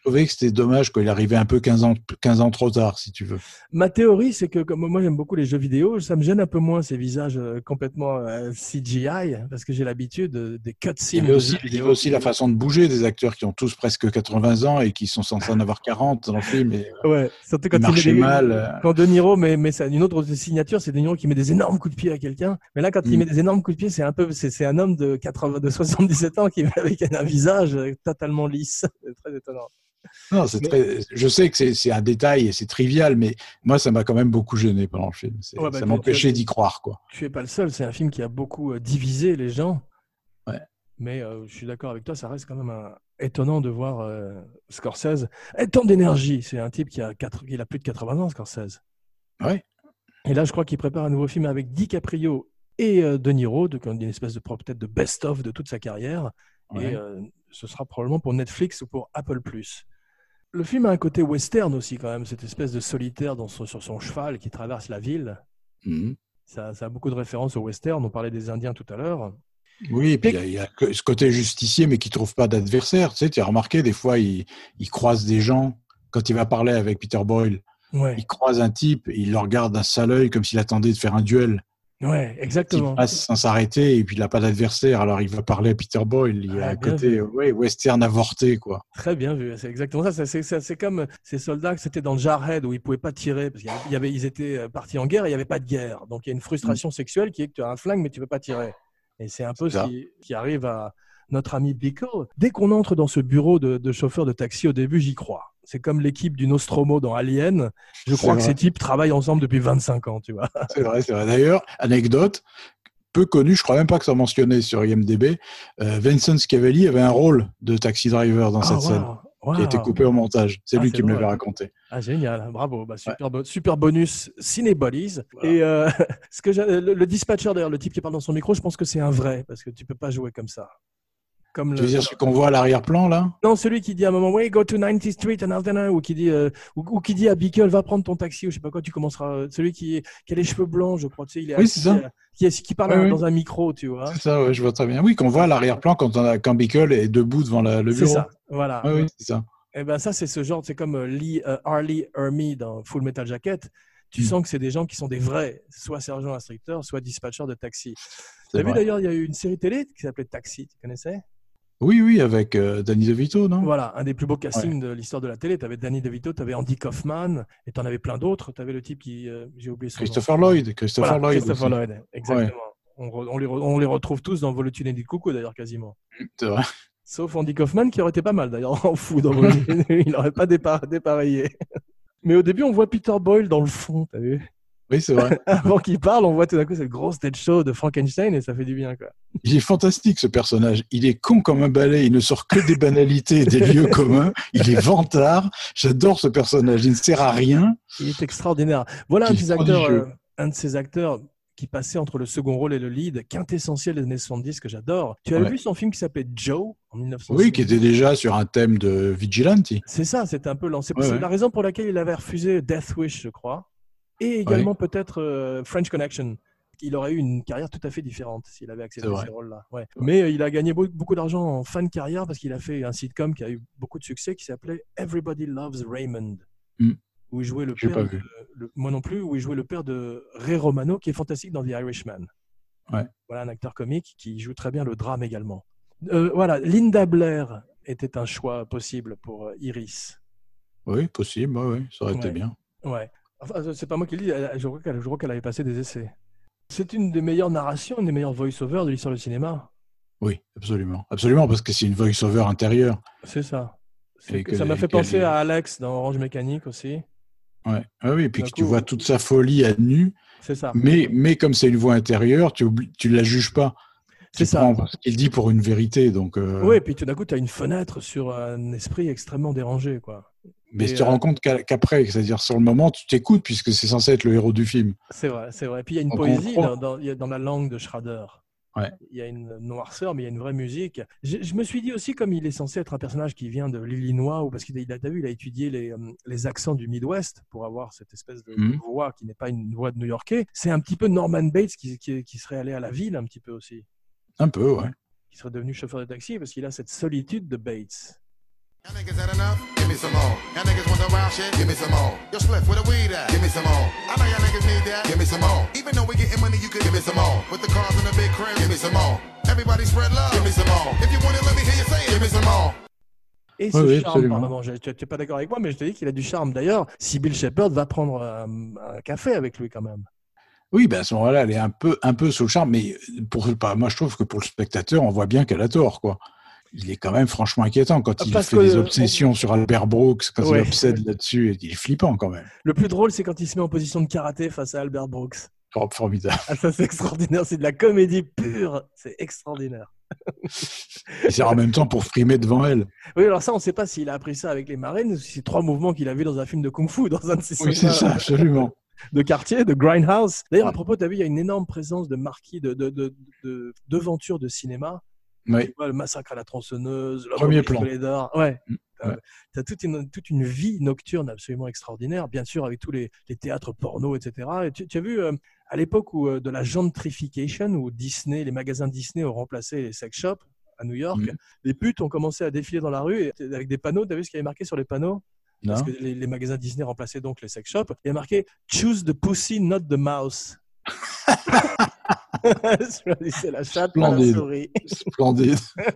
trouvais que c'était dommage qu'il arrivait un peu quinze ans, quinze ans trop tard, si tu veux. Ma théorie, c'est que comme moi j'aime beaucoup les jeux vidéo, ça me gêne un peu moins ces visages euh, complètement euh, C G I, parce que j'ai l'habitude de, des cutscenes. Il y avait aussi, il y avait aussi la façon de bouger des acteurs qui ont tous presque quatre-vingts ans et qui sont censés en avoir quarante dans le film. Et, ouais, surtout quand il marchait met des, mal. Quand De Niro met, met ça, une autre signature, c'est De Niro qui met des énormes coups de pied à quelqu'un. Mais là, quand mm. il met des énormes coups de pied, c'est un peu, c'est, c'est un homme de quatre-vingts, de soixante-dix-sept ans qui avec un visage totalement lisse. C'est très étonnant. Non, c'est mais... très. Je sais que c'est, c'est un détail et c'est trivial, mais moi, ça m'a quand même beaucoup gêné pendant le film. C'est, ouais, bah, ça m'empêchait d'y croire, quoi. Tu es pas le seul. C'est un film qui a beaucoup euh, divisé les gens. Ouais. Mais euh, je suis d'accord avec toi. Ça reste quand même un... étonnant de voir euh, Scorsese. Et tant d'énergie. C'est un type qui a quatre... il a plus de quatre-vingts ans, Scorsese. Ouais. Et là, je crois qu'il prépare un nouveau film avec DiCaprio et euh, De Niro, donc une espèce de peut-être de best-of de toute sa carrière. Ouais. Et euh, ce sera probablement pour Netflix ou pour Apple plus. Le film a un côté western aussi quand même, cette espèce de solitaire dans son, sur son cheval qui traverse la ville. Mmh. Ça, ça a beaucoup de références au western. On parlait des Indiens tout à l'heure. Oui, et puis il y, y a ce côté justicier, mais qui ne trouve pas d'adversaire. Tu sais, tu as remarqué, des fois, il, il croise des gens. Quand il va parler avec Peter Boyle, ouais. il croise un type, et il le regarde d'un sale œil comme s'il attendait de faire un duel. Ouais, exactement. Il passe sans s'arrêter et puis il n'a pas d'adversaire. Alors il va parler à Peter Boyle. Il y a ah, un côté ouais, western avorté, quoi. Très bien vu. C'est exactement ça. C'est, c'est, c'est comme ces soldats que c'était dans Jarhead où ils ne pouvaient pas tirer parce qu'il y avait, ils étaient partis en guerre et il n'y avait pas de guerre. Donc il y a une frustration mmh. sexuelle qui est que tu as un flingue mais tu ne peux pas tirer. Et c'est un peu c'est ce qui, qui arrive à notre ami Bickle. Dès qu'on entre dans ce bureau de, de chauffeur de taxi, au début, j'y crois. C'est comme l'équipe du Nostromo dans Alien. Je crois que ces types travaillent ensemble depuis vingt-cinq ans, tu vois. C'est vrai, c'est vrai. D'ailleurs, anecdote, peu connue, je crois même pas que ça mentionné sur I M D B, euh, Vincent Schiavelli avait un rôle de taxi driver dans ah, cette wow. scène. Wow. Qui a été coupé au montage. C'est ah, lui c'est qui drôle. me l'avait raconté. Ah, génial, bravo. Bah, super, ouais. bo- super bonus Cinebodies. Voilà. Et euh, ce que le, le dispatcher, d'ailleurs, le type qui parle dans son micro, je pense que c'est un vrai, parce que tu peux pas jouer comme ça. Comme tu le... veux dire celui qu'on voit à l'arrière-plan, là ? Non, celui qui dit à un moment, oui, go to ninetieth Street and Alternate, ou qui dit, euh, ou, ou qui dit à Bickle, va prendre ton taxi, ou je sais pas quoi, tu commenceras. Celui qui, qui a les cheveux blancs, je crois, tu sais, il est oui, assis, c'est ça. Euh, qui, est, qui parle oui, dans oui. un micro, tu vois. C'est ça, ouais, je vois très bien. Oui, qu'on voit à l'arrière-plan quand, on a, quand Bickle est debout devant la, le bureau. C'est ça, voilà. Oui, oui, c'est ça. Eh ben ça, c'est ce genre, c'est comme Lee, euh, Harley Hermy dans Full Metal Jacket. Tu mm. sens que c'est des gens qui sont des vrais, soit sergents instructeurs, soit dispatchers de taxi. Tu as vu d'ailleurs, il y a eu une série télé qui s'appelait Taxi, tu connaissais ? Oui, oui, avec euh, Danny DeVito, non ? Voilà, un des plus beaux castings ouais. de l'histoire de la télé. Tu avais Danny DeVito, tu avais Andy Kaufman, et tu en avais plein d'autres. Tu avais le type qui, euh, j'ai oublié son Christopher nom. Lloyd. Christopher voilà, Lloyd. Christopher Lloyd, exactement. Ouais. On, re, on, les re, on les retrouve tous dans Volutine et du Coucou, d'ailleurs, quasiment. C'est vrai. Sauf Andy Kaufman, qui aurait été pas mal, d'ailleurs, en fou dans Volutine. Il n'aurait pas dépar- dépareillé. Mais au début, on voit Peter Boyle dans le fond, t'as vu ? Oui, c'est vrai. Avant qu'il parle, on voit tout d'un coup cette grosse tête chaude de Frankenstein et ça fait du bien, quoi. Il est fantastique, ce personnage. Il est con comme un balai. Il ne sort que des banalités et des lieux communs. Il est vantard. J'adore ce personnage. Il ne sert à rien. Il est extraordinaire. Voilà un de, ces acteurs, euh, un de ces acteurs qui passait entre le second rôle et le lead, quintessentiel des années soixante-dix, que j'adore. Tu avais ouais. vu son film qui s'appelait Joe en dix-neuf cent soixante? Oui, qui était déjà sur un thème de vigilante. C'est ça, c'était un peu lancé. Ouais, c'est ouais. la raison pour laquelle il avait refusé Death Wish, je crois. Et également ouais. peut-être euh, French Connection. Il aurait eu une carrière tout à fait différente s'il avait accepté ces rôles-là. Ouais. Ouais. Mais euh, il a gagné beaucoup, beaucoup d'argent en fin de carrière parce qu'il a fait un sitcom qui a eu beaucoup de succès qui s'appelait Everybody Loves Raymond. Mm. Où il jouait le J'ai père pas de, vu. Le, moi non plus, où il jouait le père de Ray Romano qui est fantastique dans The Irishman. Ouais. Voilà un acteur comique qui joue très bien le drame également. Euh, voilà, Linda Blair était un choix possible pour euh, Iris. Oui, possible, ouais, ouais, ça aurait ouais. été bien. Ouais. Enfin, c'est pas moi qui le dis, je crois qu'elle, je crois qu'elle avait passé des essais. C'est une des meilleures narrations, une des meilleures voice-over de l'histoire du cinéma. Oui, absolument. Absolument, parce que c'est une voice-over intérieure. C'est ça. C'est que, ça m'a fait penser est... à Alex dans Orange Mécanique aussi. Ouais. Ah oui, et puis que coup, tu vois toute sa folie à nu. C'est ça. Mais, mais comme c'est une voix intérieure, tu ne tu la juges pas. C'est tu ça. Prends ce qu'il dit pour une vérité. Donc, euh... oui, et puis tout d'un coup, tu as une fenêtre sur un esprit extrêmement dérangé, quoi. Mais et tu te euh... rends compte qu'après, c'est-à-dire sur le moment, tu t'écoutes puisque c'est censé être le héros du film. C'est vrai, c'est vrai. Et puis il y a une donc poésie dans, dans, dans la langue de Schrader. Ouais. Il y a une noirceur, mais il y a une vraie musique. Je, je me suis dit aussi, comme il est censé être un personnage qui vient de l'Illinois, ou parce qu'il a, t'as vu, il a étudié les, les accents du Midwest pour avoir cette espèce de mmh. voix qui n'est pas une voix de New-Yorkais. C'est un petit peu Norman Bates qui, qui, qui serait allé à la ville un petit peu aussi. Un peu, ouais. Qui serait devenu chauffeur de taxi parce qu'il a cette solitude de Bates. Y'all niggas had enough? Give me some more. Y'all niggas want the wild shit? Give me some more. Yo, Spliff, where the weed at? Give me some more. I know y'all niggas need that. Give me some more. Even though we getting money, you could give me some more. With the cars and the big crib, give me some more. Everybody spread love. Give me some more. If you want it, let me hear you say it. Give me some more. Et ce oui, charme, oui, pardon, tu n'es pas d'accord avec moi, mais je te dis qu'il a du charme. D'ailleurs, Sybil Shepherd va prendre un, un café avec lui quand même. Oui, ben à ce moment-là, elle est un peu, un peu sous le charme, mais pour, moi, je trouve que pour le spectateur, on voit bien qu'elle a tort, quoi. Il est quand même franchement inquiétant quand il Parce fait que, des obsessions on... sur Albert Brooks, quand ouais. il obsède là-dessus, il est flippant quand même. Le plus drôle, c'est quand il se met en position de karaté face à Albert Brooks. Oh, formidable. Ah, ça, c'est extraordinaire, c'est de la comédie pure, c'est extraordinaire. Et c'est en même temps pour frimer devant elle. Oui, alors ça, on ne sait pas s'il a appris ça avec les marines ou si c'est trois mouvements qu'il a vus dans un film de kung-fu, dans un de ses Oui, c'est ça, absolument. De quartier, de Grindhouse. D'ailleurs, à propos, tu as vu, il y a une énorme présence de marquis de, de, de, de, devantures de cinéma. Oui. Tu vois, le massacre à la tronçonneuse, le premier plan. Ouais. Mmh. Ouais. Tu as toute une, toute une vie nocturne absolument extraordinaire, bien sûr, avec tous les, les théâtres porno, et cetera. Et tu, tu as vu, euh, à l'époque où, euh, de la gentrification, où Disney, les magasins Disney ont remplacé les sex shops à New York, mmh. les putes ont commencé à défiler dans la rue et, avec des panneaux. Tu as vu ce qu'il y avait marqué sur les panneaux? Non. Parce que les, les magasins Disney remplaçaient donc les sex shops. Il y a marqué « Choose the pussy, not the mouse ». C'est la chatte, pas la souris. Splendide.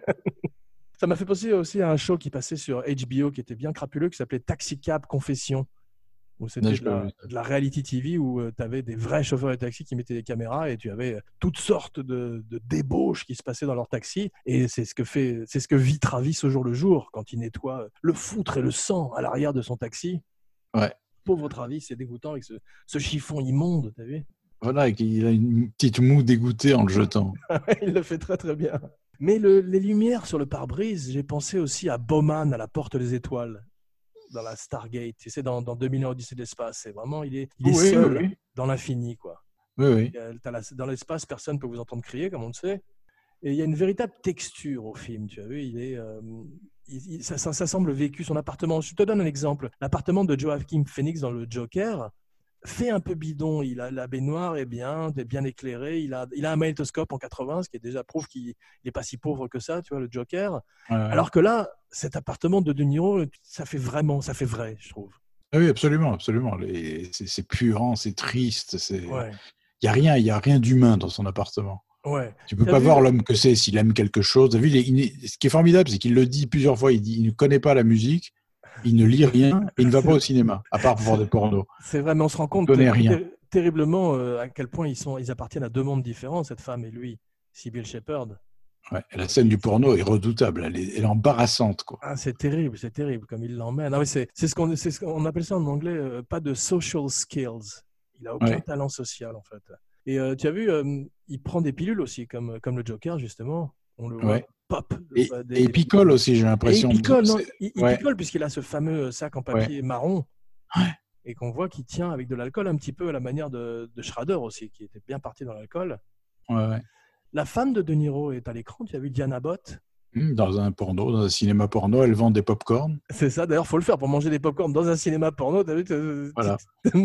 Ça m'a fait penser aussi à un show qui passait sur H B O qui était bien crapuleux, qui s'appelait Taxi Cab Confession. Où c'était de la, de la reality T V où euh, tu avais des vrais chauffeurs de taxi qui mettaient des caméras et tu avais toutes sortes de, de débauches qui se passaient dans leur taxi. Et c'est ce que fait, c'est ce que vit Travis au jour le jour quand il nettoie le foutre et le sang à l'arrière de son taxi. Ouais. Pauvre Travis, c'est dégoûtant avec ce, ce chiffon immonde, t'as vu? Voilà, et qu'il a une petite moue dégoûtée en le jetant. Il le fait très très bien. Mais le, les lumières sur le pare-brise, j'ai pensé aussi à Bowman à la Porte des Étoiles, dans la Stargate, tu sais, dans, dans deux mille un Odyssée de l'espace. C'est vraiment, il est, il est oui, seul oui. dans l'infini, quoi. Oui, oui. La, dans l'espace, personne ne peut vous entendre crier, comme on le sait. Et il y a une véritable texture au film, tu as vu. Il est, euh, il, il, ça, ça, ça semble vécu. Son appartement, je te donne un exemple. L'appartement de Joaquin Phoenix dans le Joker fait un peu bidon. Il a, la baignoire est bien, est bien éclairée. Il a, il a un magnétoscope en quatre-vingts, ce qui est déjà prouve qu'il n'est pas si pauvre que ça, tu vois, le Joker. Ouais, ouais. Alors que là, cet appartement de De Niro, ça fait vraiment, ça fait vrai, je trouve. Oui, absolument, absolument. Les, c'est, c'est puant, c'est triste. C'est... Ouais. Il n'y a rien, il y a rien d'humain dans son appartement. Ouais. Tu peux T'as pas vu... voir l'homme que c'est s'il aime quelque chose. T'as vu, il est, il est, ce qui est formidable, c'est qu'il le dit plusieurs fois. Il dit, il ne connaît pas la musique. Il ne lit rien et il ne va pas au cinéma, à part pour voir des pornos. C'est vrai, mais on se rend compte ter- rien. Ter- terriblement euh, à quel point ils, sont, ils appartiennent à deux mondes différents, cette femme et lui, Sybil Shepherd. Ouais, la scène du porno est redoutable, elle est, elle est embarrassante, quoi. Ah, c'est terrible, c'est terrible comme il l'emmène. Ah, oui, c'est, c'est, ce qu'on, c'est ce qu'on appelle ça en anglais, euh, pas de social skills. Il n'a aucun ouais. talent social, en fait. Et euh, tu as vu, euh, il prend des pilules aussi, comme, comme le Joker, justement. On le voit. Ouais. Pop, et, des, et il picole aussi, j'ai l'impression. Et il picole, non, il, il ouais. picole puisqu'il a ce fameux sac en papier ouais. marron ouais. et qu'on voit qu'il tient avec de l'alcool un petit peu à la manière de, de Schrader aussi, qui était bien parti dans l'alcool. Ouais, ouais. La femme de De Niro est à l'écran. Tu as vu Diana Bott? Dans un porno, dans un cinéma porno, elle vend des pop-corn. C'est ça, d'ailleurs, il faut le faire pour manger des pop-corn dans un cinéma porno. T'as vu, t'as... Voilà.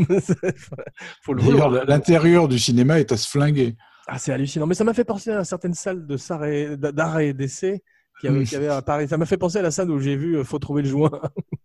faut le D'ailleurs, voir. L'intérieur du cinéma est à se flinguer. Ah, c'est hallucinant. Mais ça m'a fait penser à certaines salles de d'arrêt et d'essai qui avaient, qui avaient à Paris. Ça m'a fait penser à la salle où j'ai vu Faut trouver le joint.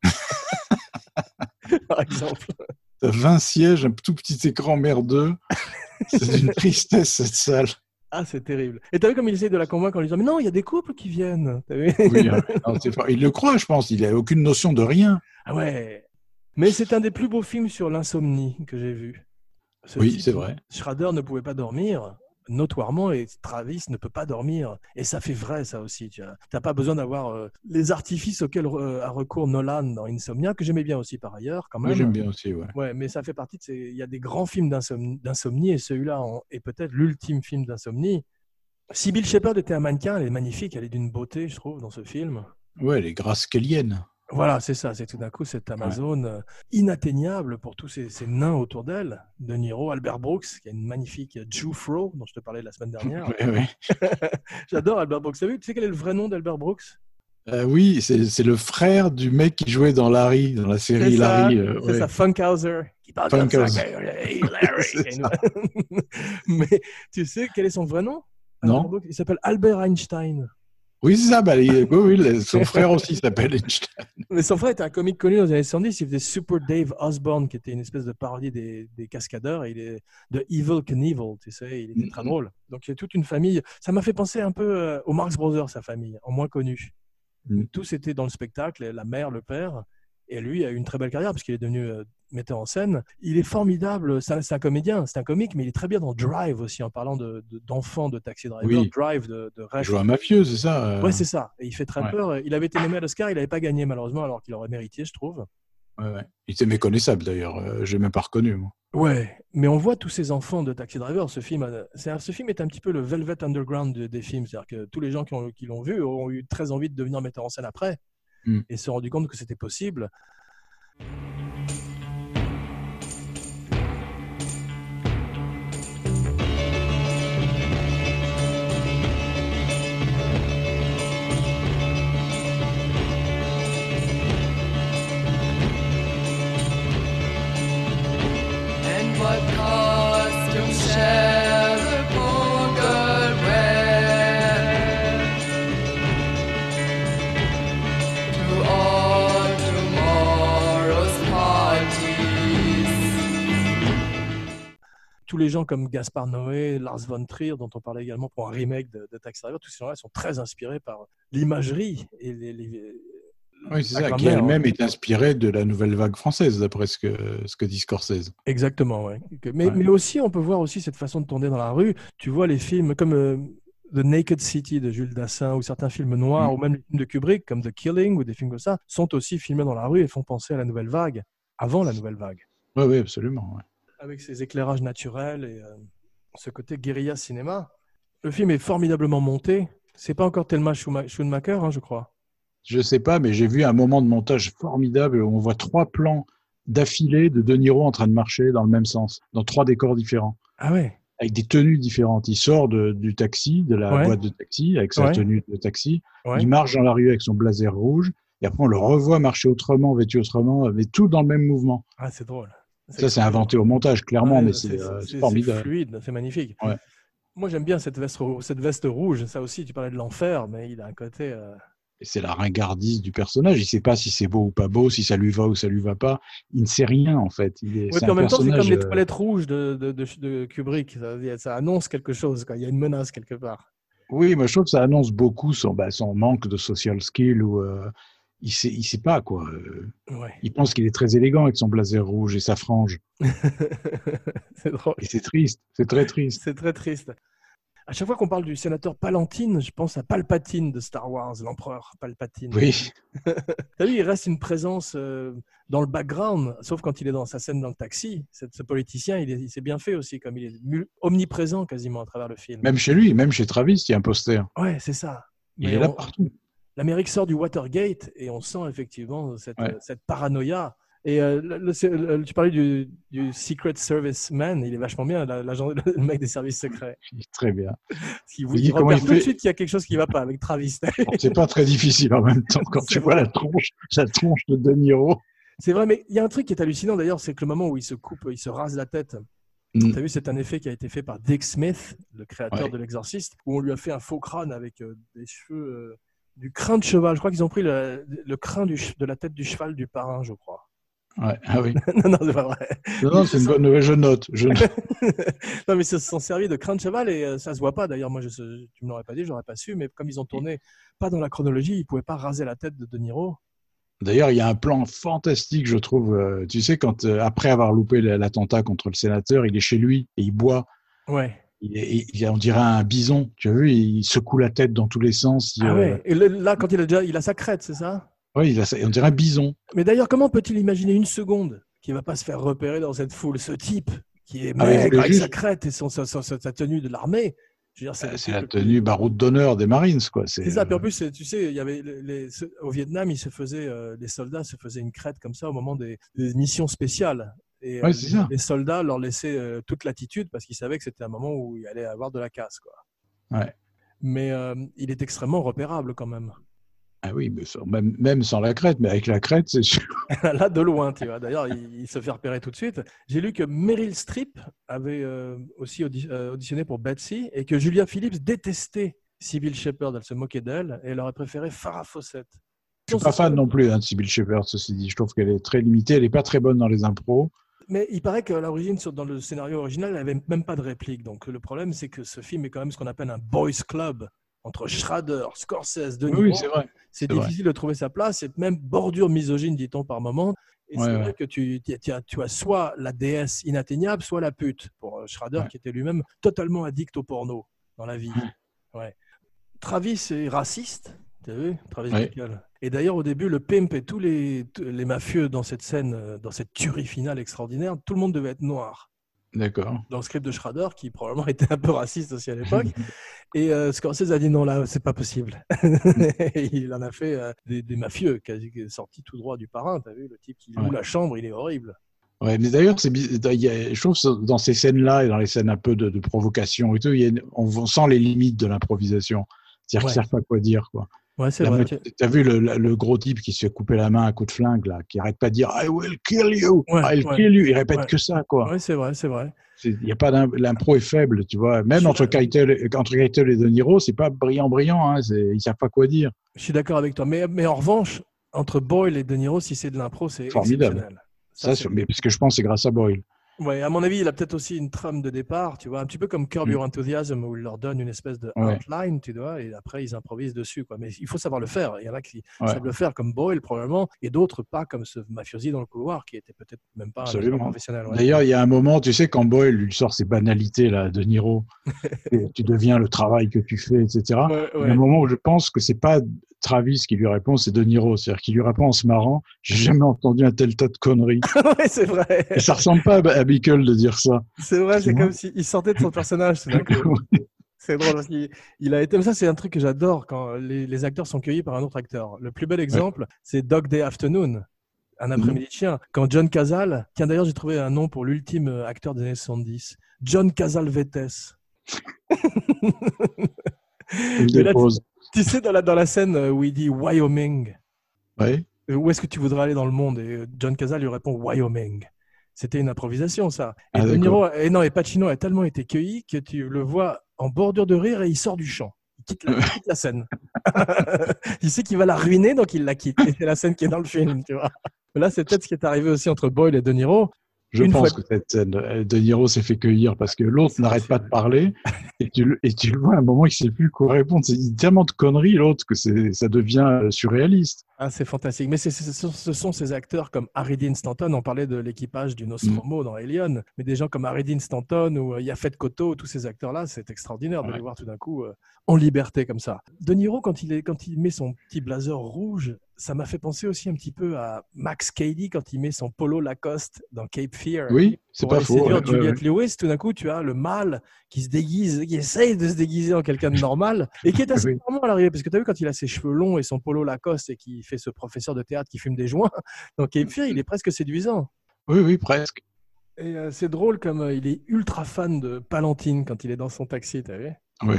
Par exemple. T'as vingt sièges, un tout petit écran merdeux. C'est une tristesse, cette salle. Ah, c'est terrible. Et t'as vu comme il essaie de la convaincre en lui disant « Mais non, il y a des couples qui viennent. » T'as vu? Oui, non, c'est pas... il le croit, je pense. Il n'a aucune notion de rien. Ah ouais. Mais c'est un des plus beaux films sur l'insomnie que j'ai vu. Ce oui, c'est vrai. Schrader ne pouvait pas dormir, notoirement, et Travis ne peut pas dormir. Et ça fait vrai, ça aussi. Tu n'as pas besoin d'avoir euh, les artifices auxquels euh, a recours Nolan dans Insomnia, que j'aimais bien aussi par ailleurs, quand même. Oui, j'aime bien aussi, ouais. Ouais, mais ça fait partie de ces... Il y a des grands films d'insomnie, d'insomnie et celui-là en... est peut-être l'ultime film d'insomnie. Sybil Shepherd était un mannequin, elle est magnifique, elle est d'une beauté, je trouve, dans ce film. Ouais, elle est grasse kélienne. Voilà, c'est ça. C'est tout d'un coup cette Amazone ouais. inatteignable pour tous ces, ces nains autour d'elle. De Niro, Albert Brooks, qui a une magnifique Jufro, dont je te parlais la semaine dernière. Oui, oui. J'adore Albert Brooks. Tu sais quel est le vrai nom d'Albert Brooks? euh, Oui, c'est, c'est le frère du mec qui jouait dans Larry, dans la série c'est ça, Larry. Euh, c'est ouais. ça, Funkhauser. Qui parle comme ça. Hey, Larry. Mais tu sais quel est son vrai nom? Non. Il s'appelle Albert Einstein. Oui, c'est ça. Bah, il, oui, oui, son frère aussi s'appelle Einstein. Mais son frère était un comique connu dans les années soixante-dix. Il faisait Super Dave Osborne, qui était une espèce de parodie des, des cascadeurs. Et il est de Evil Knievel, tu sais. Il était très drôle. Donc, il y a toute une famille. Ça m'a fait penser un peu euh, aux Marx Brothers, sa famille, en moins connu. Mm. Tous étaient dans le spectacle, la mère, le père. Et lui a eu une très belle carrière parce qu'il est devenu euh, metteur en scène. Il est formidable, c'est un, c'est un comédien, c'est un comique, mais il est très bien dans Drive aussi, en parlant de, de, d'enfants de Taxi Driver. Oui. Drive de, de Il joue un mafieux, c'est ça euh... Ouais, c'est ça. Et il fait très ouais. peur. Il avait été nommé à l'Oscar, il n'avait pas gagné malheureusement, alors qu'il aurait mérité, je trouve. Ouais, ouais. Il était méconnaissable d'ailleurs, euh, je l'ai même pas reconnu, moi. Ouais, mais on voit tous ces enfants de Taxi Driver. Ce film, c'est, ce film est un petit peu le Velvet Underground de, des films. C'est-à-dire que tous les gens qui, ont, qui l'ont vu ont eu très envie de devenir metteur en scène après mm. et se sont rendus compte que c'était possible. Tous les gens comme Gaspard Noé, Lars von Trier, dont on parlait également pour un remake de, de Taxi Driver, tous ces gens-là sont très inspirés par l'imagerie et les, les, oui, c'est ça, qui elle-même est inspirée de la nouvelle vague française, d'après ce que, ce que dit Scorsese. Exactement, ouais. Mais, ouais. mais aussi, on peut voir aussi cette façon de tourner dans la rue. Tu vois les films comme euh, The Naked City de Jules Dassin, ou certains films noirs, mmh. ou même les films de Kubrick, comme The Killing, ou des films comme ça, sont aussi filmés dans la rue et font penser à la nouvelle vague, avant la nouvelle vague. Oui, oui, absolument, ouais. Avec ses éclairages naturels et euh, ce côté guérilla cinéma. Le film est formidablement monté. C'est pas encore Thelma Schoonmaker, hein, je crois. Je sais pas, mais j'ai vu un moment de montage formidable où on voit trois plans d'affilée de De Niro en train de marcher dans le même sens, dans trois décors différents. Ah ouais. Avec des tenues différentes. Il sort de, du taxi, de la ouais. boîte de taxi, avec sa ouais. tenue de taxi. Ouais. Il marche dans la rue avec son blazer rouge. Et après, on le revoit marcher autrement, vêtu autrement, mais tout dans le même mouvement. Ah, c'est drôle. C'est ça, c'est inventé au montage, clairement, ouais, mais c'est, c'est, euh, c'est, c'est formidable. C'est fluide, c'est magnifique. Ouais. Moi, j'aime bien cette veste, cette veste rouge. Ça aussi, tu parlais de l'enfer, mais il a un côté... Euh... Et c'est la ringardise du personnage. Il ne sait pas si c'est beau ou pas beau, si ça lui va ou ça lui va pas. Il ne sait rien, en fait. Il est, ouais, c'est en un même temps, c'est comme les euh... toilettes rouges de, de, de, de Kubrick. Ça, ça annonce quelque chose, quoi. Il y a une menace quelque part. Oui, moi, je trouve que ça annonce beaucoup son, bah, son manque de social skill ou... Euh... Il sait, il sait pas, quoi. Ouais. Il pense qu'il est très élégant avec son blazer rouge et sa frange. C'est drôle. Et c'est triste, c'est très triste. C'est très triste. À chaque fois qu'on parle du sénateur Palpatine, je pense à Palpatine de Star Wars, l'empereur Palpatine. Oui. T'as vu, il reste une présence euh, dans le background, sauf quand il est dans sa scène dans le taxi. Ce, ce politicien, il, est, il s'est bien fait aussi, comme il est omniprésent quasiment à travers le film. Même chez lui, même chez Travis, il y a un poster. Ouais, c'est ça. Il Mais est là on... partout. L'Amérique sort du Watergate et on sent effectivement cette, ouais. cette paranoïa. Et euh, le, le, le, tu parlais du, du Secret Service Man, il est vachement bien, l'agent, le mec des services secrets. Très bien. Il, vous, il, il repère tout fait... de suite qu'il y a quelque chose qui ne va pas avec Travis. C'est pas très difficile en même temps quand c'est tu vrai. vois la tronche, la tronche de De Niro. C'est vrai, mais il y a un truc qui est hallucinant d'ailleurs, c'est que le moment où il se coupe, il se rase la tête. Mm. Tu as vu, c'est un effet qui a été fait par Dick Smith, le créateur ouais. de l'Exorciste, où on lui a fait un faux crâne avec euh, des cheveux... Euh, du crin de cheval. Je crois qu'ils ont pris le, le crin du, de la tête du cheval du parrain, je crois. Ouais, ah oui. non, non, c'est pas vrai. Non, non c'est une bonne nouvelle, je note. Je note. non, mais ils se sont servis de crin de cheval et euh, ça se voit pas. D'ailleurs, moi, je, tu me l'aurais pas dit, j'aurais pas su, mais comme ils ont tourné pas dans la chronologie, ils pouvaient pas raser la tête de De Niro. D'ailleurs, il y a un plan fantastique, je trouve. Euh, tu sais, quand euh, après avoir loupé l'attentat contre le sénateur, il est chez lui et il boit. Ouais. Il est, il, on dirait un bison, tu as vu, il secoue la tête dans tous les sens. Il, ah ouais. Et le, là, quand il a déjà, il a sa crête, c'est ça? Oui, il a, on dirait un bison. Mais d'ailleurs, comment peut-il imaginer une seconde qu'il ne va pas se faire repérer dans cette foule? Ce type qui est maigre, ah, avec juste... sa crête et son, sa, sa, sa tenue de l'armée. Je veux dire, c'est, c'est la tenue baroud d'honneur des Marines, quoi. C'est, c'est ça. Puis en plus, tu sais, il y avait les, les, au Vietnam, il se faisait, euh, les soldats se faisaient une crête comme ça au moment des, des missions spéciales. Et ouais, euh, les soldats leur laissaient euh, toute latitude parce qu'ils savaient que c'était un moment où il allait avoir de la casse, quoi. Ouais. Mais euh, il est extrêmement repérable quand même. Ah oui, mais sans, même, même sans la crête, mais avec la crête, c'est sûr. Là, de loin, tu vois. D'ailleurs, il, il se fait repérer tout de suite. J'ai lu que Meryl Streep avait euh, aussi audi- euh, auditionné pour Betsy et que Julia Phillips détestait Sybil Shepherd, elle se moquait d'elle et elle aurait préféré Farrah Fawcett. Je suis pas fan non plus hein, de Sybil Shepherd, ceci dit. Je trouve qu'elle est très limitée, elle est pas très bonne dans les impros. Mais il paraît qu'à l'origine, dans le scénario original, elle n'avait même pas de réplique. Donc le problème, c'est que ce film est quand même ce qu'on appelle un boys club entre Schrader, Scorsese, De Niro. Oui, c'est vrai. C'est, c'est difficile vrai. de trouver sa place, et même bordure misogyne, dit-on par moment. Et ouais, c'est ouais. vrai que tu, tu, as, tu as soit la déesse inatteignable, soit la pute, pour Schrader, ouais. qui était lui-même totalement addict au porno dans la vie. Ouais. Travis est raciste. Tu as vu Travis ouais. Bickle. Et d'ailleurs, au début, le pimp et tous les, tous les mafieux dans cette scène, dans cette tuerie finale extraordinaire, tout le monde devait être noir. D'accord. Dans le script de Schrader, qui probablement était un peu raciste aussi à l'époque. Et euh, Scorsese a dit non, là, c'est pas possible. Il en a fait euh, des, des mafieux, qui est sorti tout droit du Parrain. Tu as vu, le type qui loue ouais. la chambre, il est horrible. Ouais, mais d'ailleurs, c'est, y a, je trouve que dans ces scènes-là et dans les scènes un peu de, de provocation et tout, y a, on, on sent les limites de l'improvisation. C'est-à-dire ouais. qu'ils ne savent pas quoi dire, quoi. Ouais, c'est vrai. Tu as vu le, le gros type qui se fait couper la main à coup de flingue, là, qui arrête pas de dire I will kill you, ouais, I'll ouais. kill you. Il répète ouais. que ça, quoi. Ouais, c'est vrai, c'est vrai. Il y a pas l'impro est faible, tu vois. Même entre Keitel, entre Keitel et De Niro, c'est pas brillant, brillant. Hein. Ils savent pas quoi dire. Je suis d'accord avec toi. Mais, mais en revanche, entre Boyle et De Niro, si c'est de l'impro, c'est formidable. Exceptionnel. Ça, ça mais parce que je pense que c'est grâce à Boyle. Ouais, à mon avis, il a peut-être aussi une trame de départ, tu vois, un petit peu comme Curb Your mmh. Enthusiasm, où il leur donne une espèce de ouais. outline, tu vois, et après ils improvisent dessus, quoi. Mais il faut savoir le faire. Il y en a qui ouais. savent le faire, comme Boyle probablement, et d'autres pas, comme ce mafiosi dans le couloir, qui était peut-être même pas Absolument. un professionnel. Ouais. D'ailleurs, il y a un moment, tu sais, quand Boyle lui sort ses banalités là, de Niro, tu deviens le travail que tu fais, et cetera. Ouais, ouais. Il y a un moment où je pense que c'est pas Travis qui lui répond, c'est De Niro. C'est-à-dire qu'il lui répond en se marrant. J'ai jamais entendu un tel tas de conneries. Ouais, c'est vrai. Et ça ressemble pas à Bickle de dire ça. C'est vrai, c'est comme s'il sortait de son personnage. C'est, c'est drôle parce qu'il il a été. Ça, c'est un truc que j'adore quand les, les acteurs sont cueillis par un autre acteur. Le plus bel exemple, ouais. c'est Dog Day Afternoon, un après-midi de chien. Quand John Cazale, tiens d'ailleurs, j'ai trouvé un nom pour l'ultime acteur des années soixante-dix, John Casalvetes. Là, tu, tu sais, dans la, dans la scène où il dit Wyoming, ouais. où est-ce que tu voudrais aller dans le monde? Et John Cazale lui répond Wyoming. C'était une improvisation, ça. Et, ah, De Niro, et, non, et Pacino a tellement été cueilli que tu le vois en bordure de rire et il sort du champ. Il quitte la, il quitte la scène. Il sait qu'il va la ruiner, donc il la quitte. Et c'est la scène qui est dans le film, tu vois. Là, c'est peut-être ce qui est arrivé aussi entre Boyle et De Niro. Je Une pense fois... que cette scène, De Niro s'est fait cueillir parce que l'autre n'arrête pas de parler et tu, et tu le vois à un moment, il ne sait plus quoi répondre. Il dit tellement de conneries, l'autre, que c'est, ça devient surréaliste. Ah, c'est fantastique. Mais c'est, c'est, ce sont ces acteurs comme Harry Dean Stanton. On parlait de l'équipage du Nostromo mmh. dans Alien, mais des gens comme Harry Dean Stanton ou Yaphet Kotto, tous ces acteurs-là, c'est extraordinaire de ouais. les voir tout d'un coup euh, en liberté comme ça. De Niro, quand il, est, quand il met son petit blazer rouge, ça m'a fait penser aussi un petit peu à Max Cady quand il met son polo Lacoste dans Cape Fear. Oui, c'est pas faux. Ouais, Juliette ouais. Lewis, tout d'un coup, tu as le mâle qui se déguise, qui essaye de se déguiser en quelqu'un de normal et qui est assez oui. normal à l'arrivée. Parce que tu as vu, quand il a ses cheveux longs et son polo Lacoste et qui fait ce professeur de théâtre qui fume des joints, dans Cape Fear, il est presque séduisant. Oui, oui, presque. Et euh, c'est drôle comme euh, il est ultra fan de Palantine quand il est dans son taxi, tu as vu ? Oui.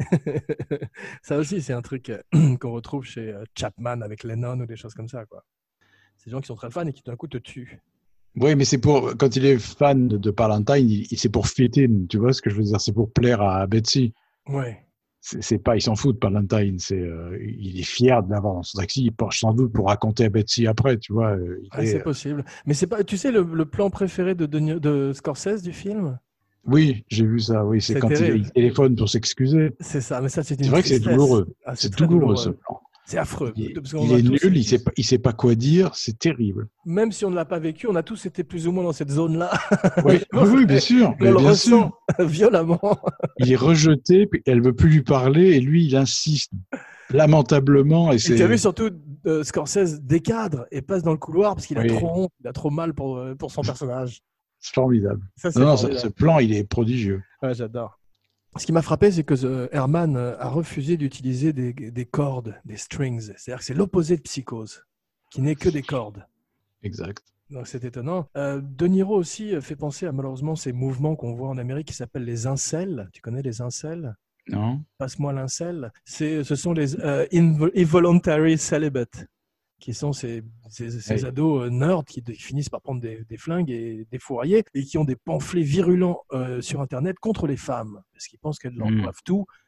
Ça aussi, c'est un truc euh, qu'on retrouve chez euh, Chapman avec Lennon ou des choses comme ça, quoi. C'est des gens qui sont très fans et qui tout d'un coup te tuent. Oui, mais c'est pour quand il est fan de, de Palantine, il, il, c'est pour fit in, tu vois ce que je veux dire, c'est pour plaire à Betsy. Ouais. C'est, c'est pas, il s'en fout de Palantine, c'est, euh, il est fier de l'avoir dans son taxi, il penche sans doute pour raconter à Betsy après, tu vois. Il ah, est, c'est possible. Mais c'est pas, tu sais, le, le plan préféré de, de, de Scorsese du film ? Oui, j'ai vu ça, oui, c'est, c'est quand il, il téléphone pour s'excuser. C'est ça, mais ça, c'est une C'est vrai tristesse. que c'est douloureux. Ah, c'est c'est douloureux, douloureux, ce plan. C'est affreux. Il, il est nul, tous... il sait pas, il sait pas quoi dire, c'est terrible. Même si on ne l'a pas vécu, on a tous été plus ou moins dans cette zone-là. Oui, oui, oui, bien sûr. On le bien ressent sûr. violemment. Il est rejeté, puis elle veut plus lui parler, et lui, il insiste lamentablement. Et, c'est... et tu as vu surtout euh, Scorsese décadre et passe dans le couloir parce qu'il a oui. trop honte, il a trop mal pour, pour son personnage. C'est formidable. Ça, c'est non, formidable. Non, ce plan, il est prodigieux. Ouais, j'adore. Ce qui m'a frappé, c'est que euh, Herman a refusé d'utiliser des, des cordes, des strings. C'est-à-dire que c'est l'opposé de Psychose, qui n'est que des cordes. Exact. Donc c'est étonnant. Euh, De Niro aussi fait penser à malheureusement ces mouvements qu'on voit en Amérique qui s'appellent les incels. Tu connais les incels ? Non. Passe-moi l'incel. C'est, ce sont les euh, inv- involuntary celibates, qui sont ces, ces, ces oui. ados nerds qui finissent par prendre des, des flingues et des fourriers et qui ont des pamphlets virulents euh, sur Internet contre les femmes, parce qu'ils pensent qu'elles leur doivent mmh. tout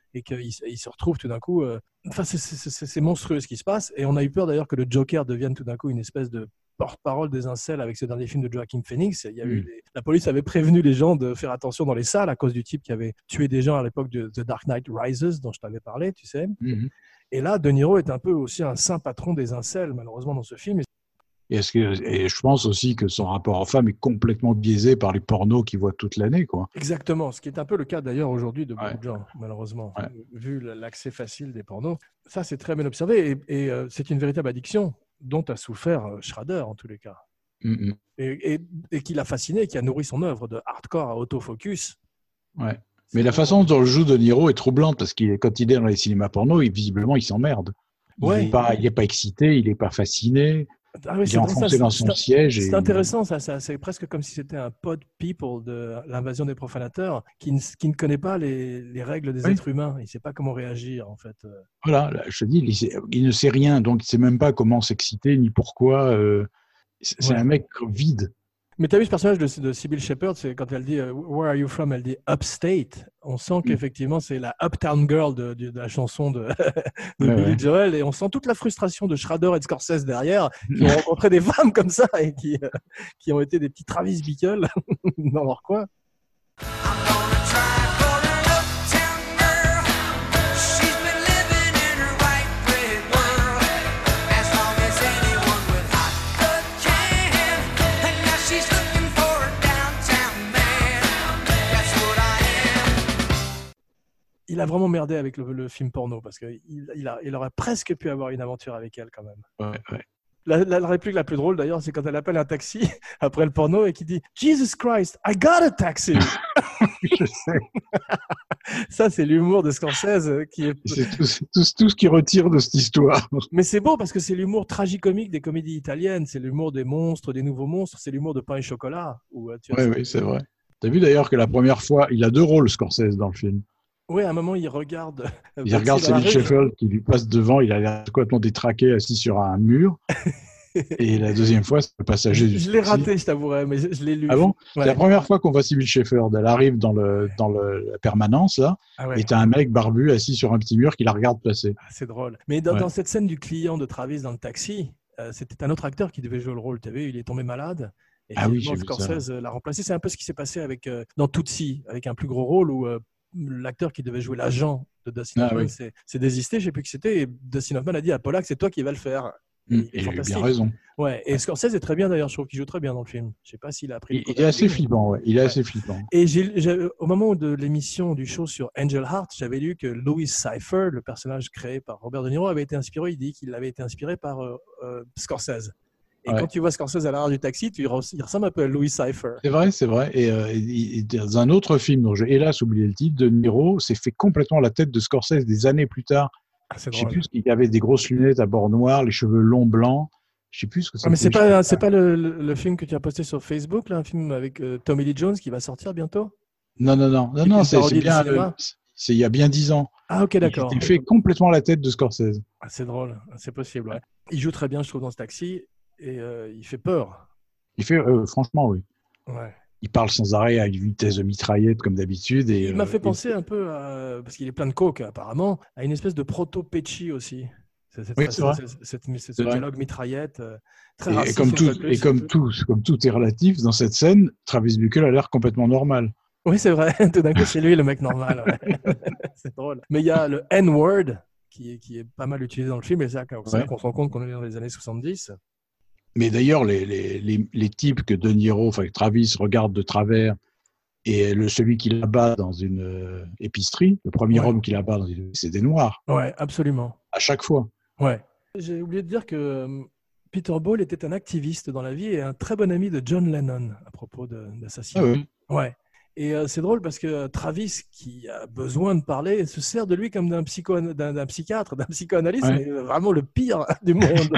et qu'il il se retrouve tout d'un coup. Euh... Enfin, c'est, c'est, c'est, c'est monstrueux ce qui se passe. Et on a eu peur d'ailleurs que le Joker devienne tout d'un coup une espèce de porte-parole des incels avec ce dernier film de Joaquin Phoenix. Il y a eu les... La police avait prévenu les gens de faire attention dans les salles à cause du type qui avait tué des gens à l'époque de The Dark Knight Rises, dont je t'avais parlé, tu sais. Mm-hmm. Et là, De Niro est un peu aussi un saint patron des incels, malheureusement, dans ce film. Et, est-ce que, et je pense aussi que son rapport aux femmes est complètement biaisé par les pornos qu'il voit toute l'année, quoi. Exactement, ce qui est un peu le cas d'ailleurs aujourd'hui de beaucoup ouais. de gens, malheureusement, ouais. vu l'accès facile des pornos. Ça, c'est très bien observé et, et euh, c'est une véritable addiction dont a souffert euh, Schrader, en tous les cas. Mm-hmm. Et, et, et qui l'a fasciné, qui a nourri son œuvre de hardcore à autofocus. Ouais. Mais la façon dont le joue De Niro est troublante parce que quand il est dans les cinémas porno, il, visiblement, il s'emmerde. Il ouais. n'est pas, pas excité, il n'est pas fasciné. Ah oui, il est enfoncé ça, dans son siège. C'est et... intéressant, ça, ça. C'est presque comme si c'était un pod people de l'invasion des profanateurs qui ne, qui ne connaît pas les, les règles des oui. êtres humains. Il ne sait pas comment réagir, en fait. Voilà, là, je te dis, il, sait, il ne sait rien, donc il ne sait même pas comment s'exciter ni pourquoi. Euh, c'est ouais. un mec vide. Mais tu as vu ce personnage de, de Sybil Shepherd, c'est quand elle dit uh, « Where are you from ?» Elle dit « Upstate ». On sent qu'effectivement, mm. c'est la Uptown Girl de, de, de la chanson de, de ouais, Billy ouais. Joel. Et on sent toute la frustration de Schrader et de Scorsese derrière, qui ont rencontré des femmes comme ça et qui, euh, qui ont été des petits Travis Bickle dans leur coin. Il a vraiment merdé avec le, le film porno parce qu'il il il aurait presque pu avoir une aventure avec elle quand même. Ouais, ouais. La, la, la réplique la plus drôle d'ailleurs, c'est quand elle appelle un taxi après le porno et qui dit « Jesus Christ, I got a taxi !» Je sais. Ça, c'est l'humour de Scorsese qui est... C'est tout, c'est tout, tout ce qui retire de cette histoire. Mais c'est beau parce que c'est l'humour tragicomique des comédies italiennes, c'est l'humour des monstres, des nouveaux monstres, c'est l'humour de Pain et Chocolat. Où, tu oui, oui, c'est vrai. Tu as vu d'ailleurs que la première fois, il a deux rôles Scorsese dans le film. Oui, à un moment, il regarde... Il regarde Sybil Shepherd qui lui passe devant, il a l'air complètement détraqué, assis sur un mur. Et la deuxième fois, c'est le passager du Je l'ai raté, je t'avouerais, mais je, je l'ai lu. Ah bon ouais. C'est la première fois qu'on voit Sybil Shepherd. Elle arrive dans, le, dans le, la permanence, là, ah ouais. et t'as un mec barbu assis sur un petit mur qui la regarde passer. Ah, c'est drôle. Mais dans, ouais. dans cette scène du client de Travis dans le taxi, euh, c'était un autre acteur qui devait jouer le rôle. Tu as vu, il est tombé malade. Et ah oui, Scorsese l'a remplacé. C'est un peu ce qui s'est passé avec, euh, dans Tootsie, avec un plus gros rôle où... Euh, l'acteur qui devait jouer l'agent de Dustin ah, Hoffman oui. s'est, s'est désisté, je ne sais plus qui c'était, et Dustin Hoffman a dit à Pollack, c'est toi qui vas le faire. Mmh, et il a bien raison. Ouais, et Scorsese est très bien d'ailleurs, je trouve qu'il joue très bien dans le film. Je ne sais pas s'il a appris. Il, il est assez flippant, ouais. Il est ouais. assez flippant. Et j'ai, j'ai, au moment de l'émission du show sur Angel Heart, j'avais lu que Louis Cypher, le personnage créé par Robert De Niro, avait été inspiré, il dit qu'il avait été inspiré par euh, euh, Scorsese. Et ouais. quand tu vois Scorsese à l'arrière du taxi, tu, il ressemble un peu à Louis Cypher. C'est vrai, c'est vrai. Et, euh, et, et dans un autre film dont j'ai hélas oublié le titre, De Niro s'est fait complètement la tête de Scorsese des années plus tard. Ah, c'est je ne sais plus, il avait des grosses lunettes à bord noir, les cheveux longs blancs. Je sais plus ce que c'est. Ah, mais c'est pas, c'est pas le, le, le film que tu as posté sur Facebook, là, un film avec euh, Tommy Lee Jones qui va sortir bientôt? Non, non, non, non, non c'est, c'est bien. Le, c'est il y a bien dix ans. Ah, ok, d'accord. Il s'est fait complètement la tête de Scorsese. Ah, c'est drôle, c'est possible. Ouais. Il joue très bien, je trouve, dans ce taxi. Et euh, il fait peur. Il fait, euh, franchement, oui. Ouais. Il parle sans arrêt à une vitesse de mitraillette, comme d'habitude. Et, il euh, m'a fait et... penser un peu, à, parce qu'il est plein de coke, apparemment, à une espèce de proto-Pesci aussi. C'est, c'est, oui, c'est, c'est vrai. C'est, c'est, c'est, c'est ce dialogue mitraillette. Euh, très et, raciste, et comme, tout, et comme, tout, comme tout est relatif, dans cette scène, Travis Bickle a l'air complètement normal. Oui, c'est vrai. Tout d'un coup, c'est lui le mec normal. Ouais. C'est drôle. Mais il y a le N-word qui est, qui est pas mal utilisé dans le film, et c'est là qu'on ouais. se rend compte qu'on est dans les années soixante-dix. Mais d'ailleurs, les, les, les, les types que De Niro, enfin que Travis regarde de travers, et le, celui qui l'abat dans une euh, épicerie, le premier ouais. homme qui l'abat dans une épicerie, c'est des Noirs. Ouais, absolument. À chaque fois. Ouais. J'ai oublié de dire que euh, Peter Ball était un activiste dans la vie et un très bon ami de John Lennon à propos de, d'assassinat. Ah oui. Ouais. Et euh, c'est drôle parce que Travis, qui a besoin de parler, se sert de lui comme d'un, psycho, d'un, d'un psychiatre, d'un psychanalyste, ouais. mais vraiment le pire du monde.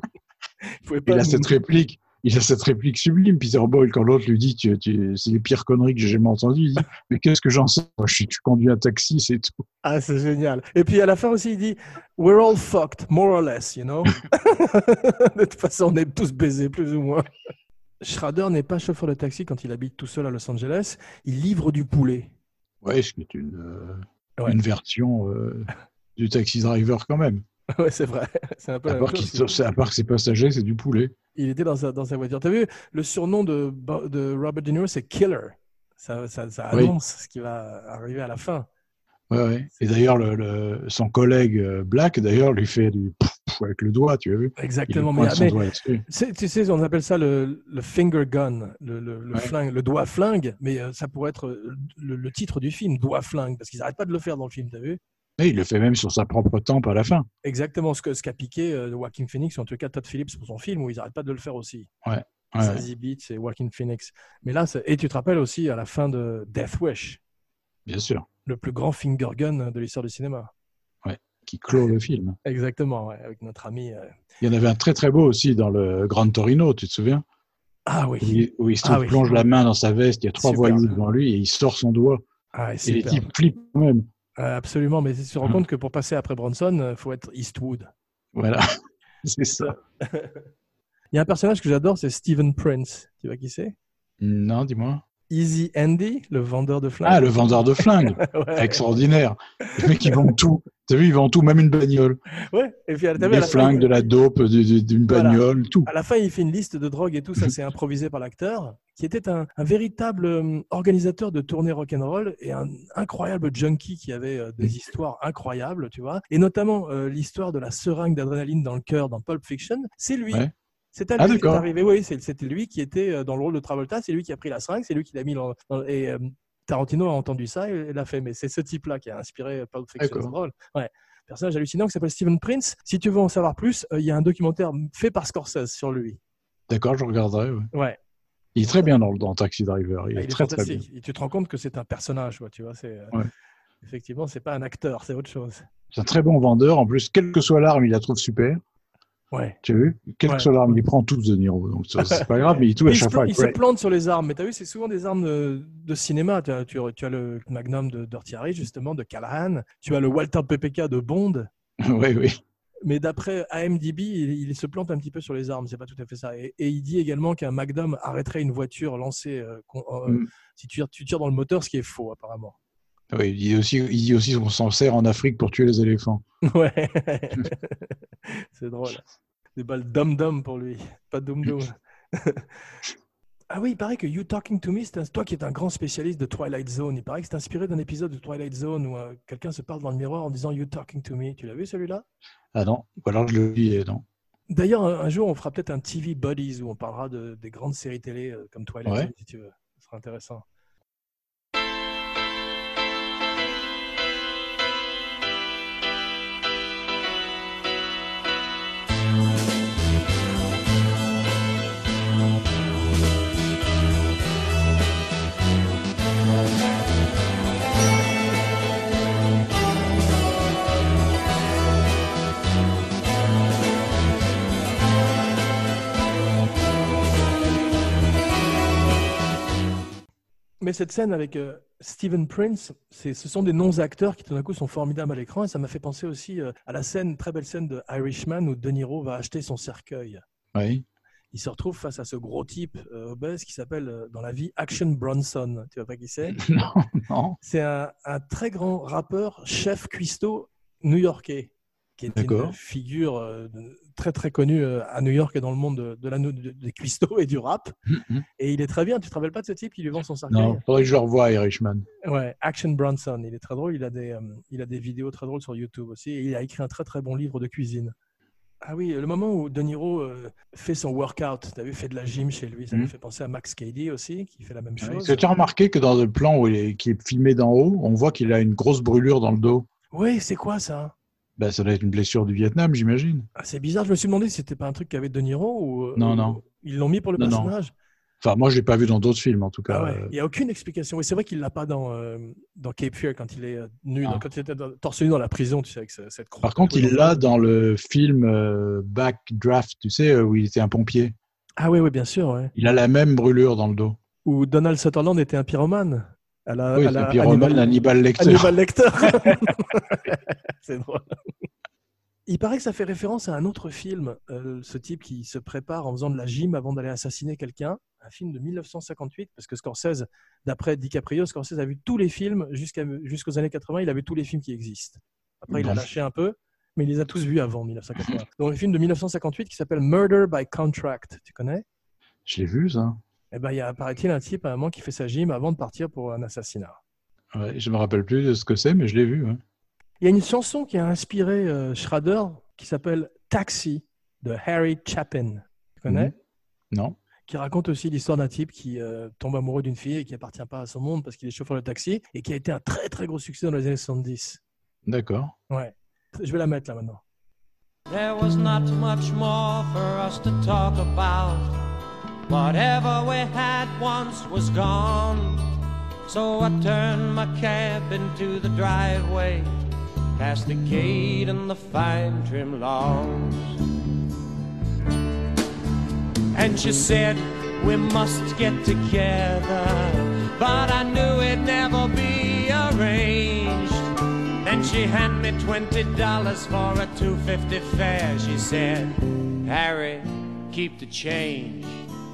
Il, il a cette réplique, il a cette réplique sublime, Peter Boyle, quand l'autre lui dit tu, tu, c'est les pires conneries que j'ai jamais entendues. Il dit mais qu'est-ce que j'en sais? Moi, je, je conduis un taxi, c'est tout. Ah, c'est génial. Et puis à la fin aussi, il dit we're all fucked, more or less, you know. De toute façon, on est tous baisés, plus ou moins. Schrader n'est pas chauffeur de taxi quand il habite tout seul à Los Angeles. Il livre du poulet. Ouais, ce qui est une. Euh... ouais. une version euh, du Taxi Driver quand même. Ouais, c'est vrai. C'est un peu à, la part même chose, qu'il, à part que ses passagers, c'est du poulet. Il était dans sa, dans sa voiture. Tu as vu, le surnom de, de Robert De Niro, c'est Killer. Ça, ça, ça annonce oui. ce qui va arriver à la fin. Ouais, ouais. Et d'ailleurs, le, le, son collègue Black, d'ailleurs, lui fait du pouf, pouf avec le doigt, tu as vu. Exactement. Mais, mais tu sais, on appelle ça le, le finger gun, le, le, le, ouais. flingue, le doigt flingue, mais ça pourrait être le, le titre du film, doigt flingue, parce qu'ils n'arrêtent pas de le faire dans le film, tu as vu. Et il le fait même sur sa propre tempe à la fin. Exactement, ce, que, ce qu'a piqué euh, Joaquin Phoenix, ou en tout cas Todd Phillips pour son film, où ils n'arrêtent pas de le faire aussi. Ouais. ouais Zazie Beetz et Joaquin Phoenix. Mais là, et tu te rappelles aussi à la fin de Death Wish. Bien sûr. Le plus grand finger gun de l'histoire du cinéma. Ouais, qui clôt le film. Exactement, ouais, avec notre ami. Euh... Il y en avait un très très beau aussi dans le Gran Torino, tu te souviens? Ah oui. Où il, où il se ah, plonge oui. la main dans sa veste, il y a trois voyous devant lui et il sort son doigt. Ah, et les types flippent quand même. Euh, absolument, mais tu te rends compte que pour passer après Bronson, il faut être Eastwood. Voilà, c'est ça. Il y a un personnage que j'adore, c'est Steven Prince. Tu vois qui c'est? Non, dis-moi. Easy Andy, le vendeur de flingues. Ah, le vendeur de flingues. Ouais. Extraordinaire. Le mec, il vend tout. Tu as vu, il vend tout, même une bagnole. Ouais. Et puis, des à la flingues, fin, de la dope, d'une bagnole, voilà. Tout. À la fin, il fait une liste de drogues et tout. Ça, c'est improvisé par l'acteur, qui était un, un véritable euh, organisateur de tournées rock'n'roll et un incroyable junkie qui avait euh, des histoires incroyables, tu vois. Et notamment, euh, l'histoire de la seringue d'adrénaline dans le cœur dans Pulp Fiction, c'est lui. Ouais. C'est à lui ah, qui est arrivé, oui, c'était lui qui était dans le rôle de Travolta, c'est lui qui a pris la seringue, c'est lui qui l'a mis dans, dans et euh, Tarantino a entendu ça et l'a fait, mais c'est ce type-là qui a inspiré Pulp Fiction. C'est drôle. Ouais. Personnage hallucinant qui s'appelle Steven Prince. Si tu veux en savoir plus, il euh, y a un documentaire fait par Scorsese sur lui. D'accord, je regarderai. Ouais. ouais. Il est très bien dans, dans Taxi Driver. Il, ah, est, il est très fantastique. très bien. Et tu te rends compte que c'est un personnage, tu vois. C'est, ouais. Effectivement, c'est pas un acteur, c'est autre chose. C'est un très bon vendeur. En plus, quelle que soit l'arme, il la trouve super. Ouais. Tu as vu? Quelle que ouais. soit l'arme, il prend tous De Niro. Donc, c'est pas grave, mais il touche à chaque fois. Il se plante sur les armes. Mais tu as vu, c'est souvent des armes de, de cinéma. Tu as, tu, tu as le Magnum de Dirty Harry, justement, de Callahan. Tu as le Walter P P K de Bond. Oui, oui. Mais d'après I M D B, il, il se plante un petit peu sur les armes. C'est pas tout à fait ça. Et, et il dit également qu'un Magnum arrêterait une voiture lancée euh, euh, mm. si tu, tu tires dans le moteur, ce qui est faux, apparemment. Oui, il dit aussi, il dit aussi qu'on s'en sert en Afrique pour tuer les éléphants. Ouais. C'est drôle. Des balles dum-dum pour lui, pas dum-dum. Ah oui, il paraît que You Talking to Me, c'est un, toi qui es un grand spécialiste de Twilight Zone, il paraît que c'est inspiré d'un épisode de Twilight Zone où euh, quelqu'un se parle dans le miroir en disant You Talking to Me. Tu l'as vu celui-là? Ah non, ou alors je le lis, non. D'ailleurs, un, un jour, on fera peut-être un T V Buddies où on parlera de, des grandes séries télé euh, comme Twilight ouais. Zone, si tu veux. Ce sera intéressant. Mais cette scène avec euh, Steven Prince, c'est, ce sont des non-acteurs qui tout d'un coup sont formidables à l'écran et ça m'a fait penser aussi euh, à la scène, très belle scène de Irishman où De Niro va acheter son cercueil. Oui. Il se retrouve face à ce gros type euh, obèse qui s'appelle euh, dans la vie Action Bronson. Tu vois pas qui c'est? Non, non. C'est un, un très grand rappeur, chef cuistot new-yorkais, qui est D'accord. une figure euh, très très connue euh, à New York et dans le monde de, de la, de, des cuistots et du rap. Mm-hmm. Et il est très bien. Tu te rappelles pas de ce type qui lui vend son cercueil? Non, faudrait que je le revoie, Irishman. Ouais, Action Bronson. Il est très drôle. Il a des, euh, il a des vidéos très drôles sur YouTube aussi. Et il a écrit un très très bon livre de cuisine. Ah oui, le moment où De Niro euh, fait son workout, tu as vu, fait de la gym chez lui, ça mm-hmm. me fait penser à Max Cady aussi, qui fait la même chose. Ouais. Tu as remarqué que dans le plan où il est, qui est filmé d'en haut, on voit qu'il a une grosse brûlure dans le dos? Oui, c'est quoi ça? Ben, ça doit être une blessure du Vietnam, j'imagine. Ah, c'est bizarre, je me suis demandé si c'était pas un truc qu'avait De Niro ou non, ou, non. Ils l'ont mis pour le non, personnage. Non. Enfin, moi, je l'ai pas vu dans d'autres films, en tout cas. Ah ouais. Il n'y a aucune explication. Oui, c'est vrai qu'il l'a pas dans euh, dans Cape Fear quand il est euh, nu, dans, quand il était dans, torse nu dans la prison, tu sais, avec cette croix. Par contre, il l'a dans le film euh, Backdraft, tu sais, où il était un pompier. Ah oui, oui, bien sûr. Ouais. Il a la même brûlure dans le dos. Où Donald Sutherland était un pyromane. À la, oui, à c'est la, un pyromane, Hannibal Lecter. Hannibal Lecter. C'est drôle. Il paraît que ça fait référence à un autre film, euh, ce type qui se prépare en faisant de la gym avant d'aller assassiner quelqu'un. un film de mille neuf cent cinquante-huit, parce que Scorsese, d'après DiCaprio, Scorsese a vu tous les films jusqu'à, jusqu'aux années quatre-vingts, il a vu tous les films qui existent. Après, il a lâché un peu, mais il les a tous vus avant mille neuf cent quatre-vingts. Donc, le film de mille neuf cent cinquante-huit qui s'appelle Murder by Contract, tu connais? Je l'ai vu, ça. Eh ben, il y a, paraît-il, un type à un moment qui fait sa gym avant de partir pour un assassinat. Ouais, je me rappelle plus de ce que c'est, mais je l'ai vu. Ouais. Il y a une chanson qui a inspiré euh, Schrader qui s'appelle Taxi de Harry Chapin. Tu connais? Mmh. Non. Qui raconte aussi l'histoire d'un type qui euh, tombe amoureux d'une fille et qui appartient pas à son monde parce qu'il est chauffeur de taxi et qui a été un très très gros succès dans les années soixante-dix. D'accord. Ouais. Je vais la mettre là maintenant. There was not much more for us to talk about. Whatever we had once was gone. So I turned my cab into the driveway, past the gate and the fine trim lawns. And she said, we must get together, but I knew it'd never be arranged. Then she handed me twenty dollars for a two fifty fare. She said, Harry, keep the change.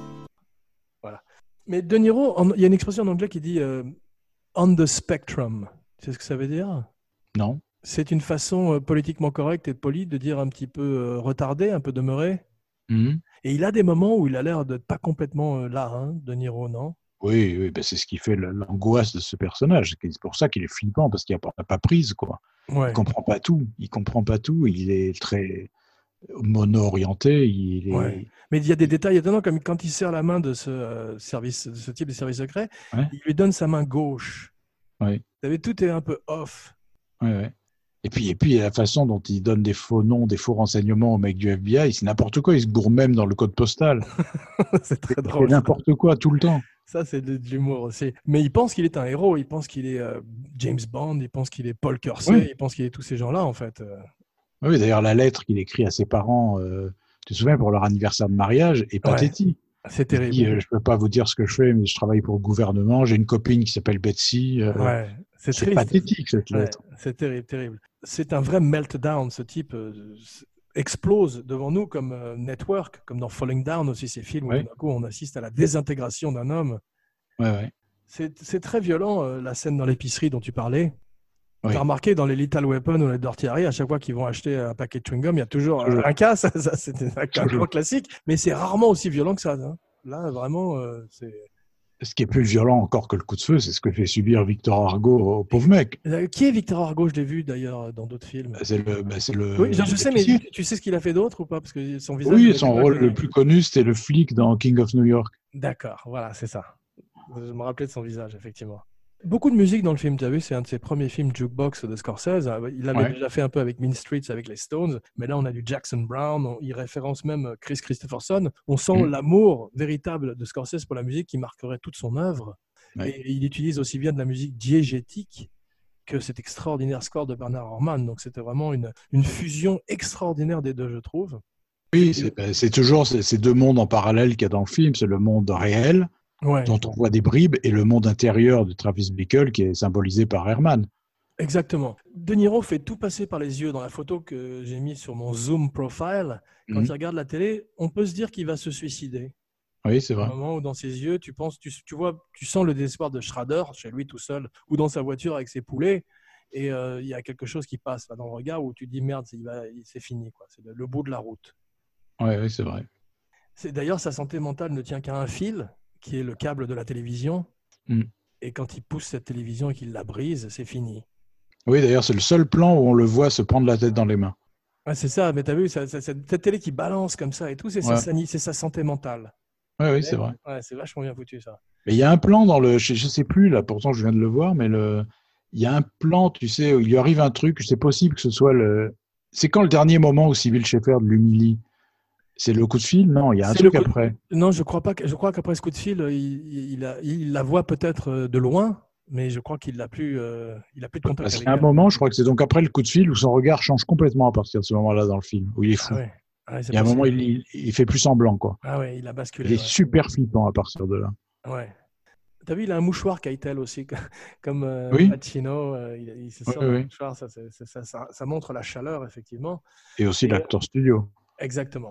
Voilà. Mais De Niro, il y a une expression en anglais qui dit euh, on the spectrum. Tu sais ce que ça veut dire? Non. C'est une façon euh, politiquement correcte et polie de dire un petit peu euh, retardé, un peu demeuré. Mmh. Et il a des moments où il a l'air de pas complètement euh, là, hein, De Niro, non? Oui, oui ben c'est ce qui fait l'angoisse de ce personnage. C'est pour ça qu'il est flippant, parce qu'il n'a pas prise, quoi. Ouais. Il comprend pas tout. Il comprend pas tout. Il est très mono-orienté. Il est... ouais. Mais il y a des détails étonnants, comme quand il serre la main de ce euh, service, de ce type de service secret, ouais. Il lui donne sa main gauche. Ouais. Vous savez, tout est un peu off. Ouais, ouais. Et puis, et puis la façon dont il donne des faux noms, des faux renseignements au mec du F B I, c'est n'importe quoi. Il se gourre même dans le code postal. C'est très drôle. C'est n'importe quoi tout le temps. Ça, c'est de, de l'humour aussi. Mais il pense qu'il est un héros. Il pense qu'il est euh, James Bond. Il pense qu'il est Paul Kersey. Oui. Il pense qu'il est tous ces gens-là, en fait. Oui, d'ailleurs, la lettre qu'il écrit à ses parents, euh, tu te souviens, pour leur anniversaire de mariage, est pathétique. Ouais. C'est terrible. Il dit, euh, je peux pas vous dire ce que je fais, mais je travaille pour le gouvernement. J'ai une copine qui s'appelle Betsy. Euh, ouais. C'est, c'est pathétique, cette lettre. Ouais, c'est terrible, terrible. C'est un vrai meltdown, ce type euh, explose devant nous comme euh, Network, comme dans Falling Down aussi, ces films ouais. où d'un coup on assiste à la désintégration d'un homme. Ouais, ouais. C'est, c'est très violent, euh, la scène dans l'épicerie dont tu parlais. Oui. Tu as remarqué dans les Lethal Weapon ou les Dirty Harry, à chaque fois qu'ils vont acheter un paquet de chewing-gum, il y a toujours, toujours. un cas, ça, ça c'est un grand classique, mais c'est rarement aussi violent que ça. Hein. Là, vraiment, euh, c'est... Ce qui est plus violent encore que le coup de feu, c'est ce que fait subir Victor Argo au pauvre mec. Qui est Victor Argo? Je l'ai vu d'ailleurs dans d'autres films. C'est le, bah c'est le. Oui, je sais, mais tu, tu sais ce qu'il a fait d'autre ou pas? Parce que son visage. Oui, son rôle le plus connu, c'était le flic dans King of New York. D'accord, voilà, c'est ça. Je me rappelais de son visage, effectivement. Beaucoup de musique dans le film, tu as vu, c'est un de ses premiers films jukebox de Scorsese. Il avait ouais. déjà fait un peu avec Mean Streets, avec les Stones, mais là on a du Jackson Browne, on, il référence même Chris Christopherson. On sent mmh. l'amour véritable de Scorsese pour la musique qui marquerait toute son œuvre. Ouais. Et il utilise aussi bien de la musique diégétique que cet extraordinaire score de Bernard Herrmann. Donc c'était vraiment une, une fusion extraordinaire des deux, je trouve. Oui, c'est, c'est toujours ces deux mondes en parallèle qu'il y a dans le film, c'est le monde réel, ouais. dont on voit des bribes, et le monde intérieur de Travis Bickle qui est symbolisé par Herrmann. Exactement. De Niro fait tout passer par les yeux. Dans la photo que j'ai mise sur mon Zoom profile, quand mmh. il regarde la télé, on peut se dire qu'il va se suicider. Oui, c'est vrai. Au moment où dans ses yeux, tu penses, tu, tu vois, tu sens le désespoir de Schrader chez lui tout seul, ou dans sa voiture avec ses poulets, et il euh, y a quelque chose qui passe là dans le regard où tu dis merde, c'est, il va, c'est fini, quoi. C'est le, le bout de la route. Oui, oui, c'est vrai. C'est, d'ailleurs, sa santé mentale ne tient qu'à un fil, qui est le câble de la télévision. Mm. Et quand il pousse cette télévision et qu'il la brise, c'est fini. Oui, d'ailleurs, c'est le seul plan où on le voit se prendre la tête dans les mains. Ouais, c'est ça, mais tu as vu, ça, ça, cette télé qui balance comme ça et tout, c'est, ouais. sa, c'est sa santé mentale. Oui, oui, c'est vrai. Ouais, c'est vachement bien foutu, ça. Mais il y a un plan dans le... Je ne sais plus, là, pourtant je viens de le voir, mais le... il y a un plan, tu sais, où il lui arrive un truc, c'est possible que ce soit le... C'est quand le dernier moment où Sybil Shepherd l'humilie? C'est le coup de fil? Non, il y a un c'est truc après. De... Non, je crois pas. Que... Je crois qu'après ce coup de fil, il, il, a... il la voit peut-être de loin, mais je crois qu'il n'a plus, euh... il a plus de contact Parce avec qu'il y a un moment, je crois que c'est donc après le coup de fil où son regard change complètement à partir de ce moment-là dans le film, où il est fou. Ah ouais. Ah ouais, il y a un moment, il, il, il fait plus semblant, quoi. Ah ouais, il a basculé. Il est ouais. super flippant à partir de là. Ouais. T'as vu, il a un mouchoir Keitel aussi, comme euh, oui. Pacino. Euh, il, il se sort oui, un oui. mouchoir, ça, ça, ça, ça, ça montre la chaleur, effectivement. Et aussi Et, l'acteur studio. Exactement.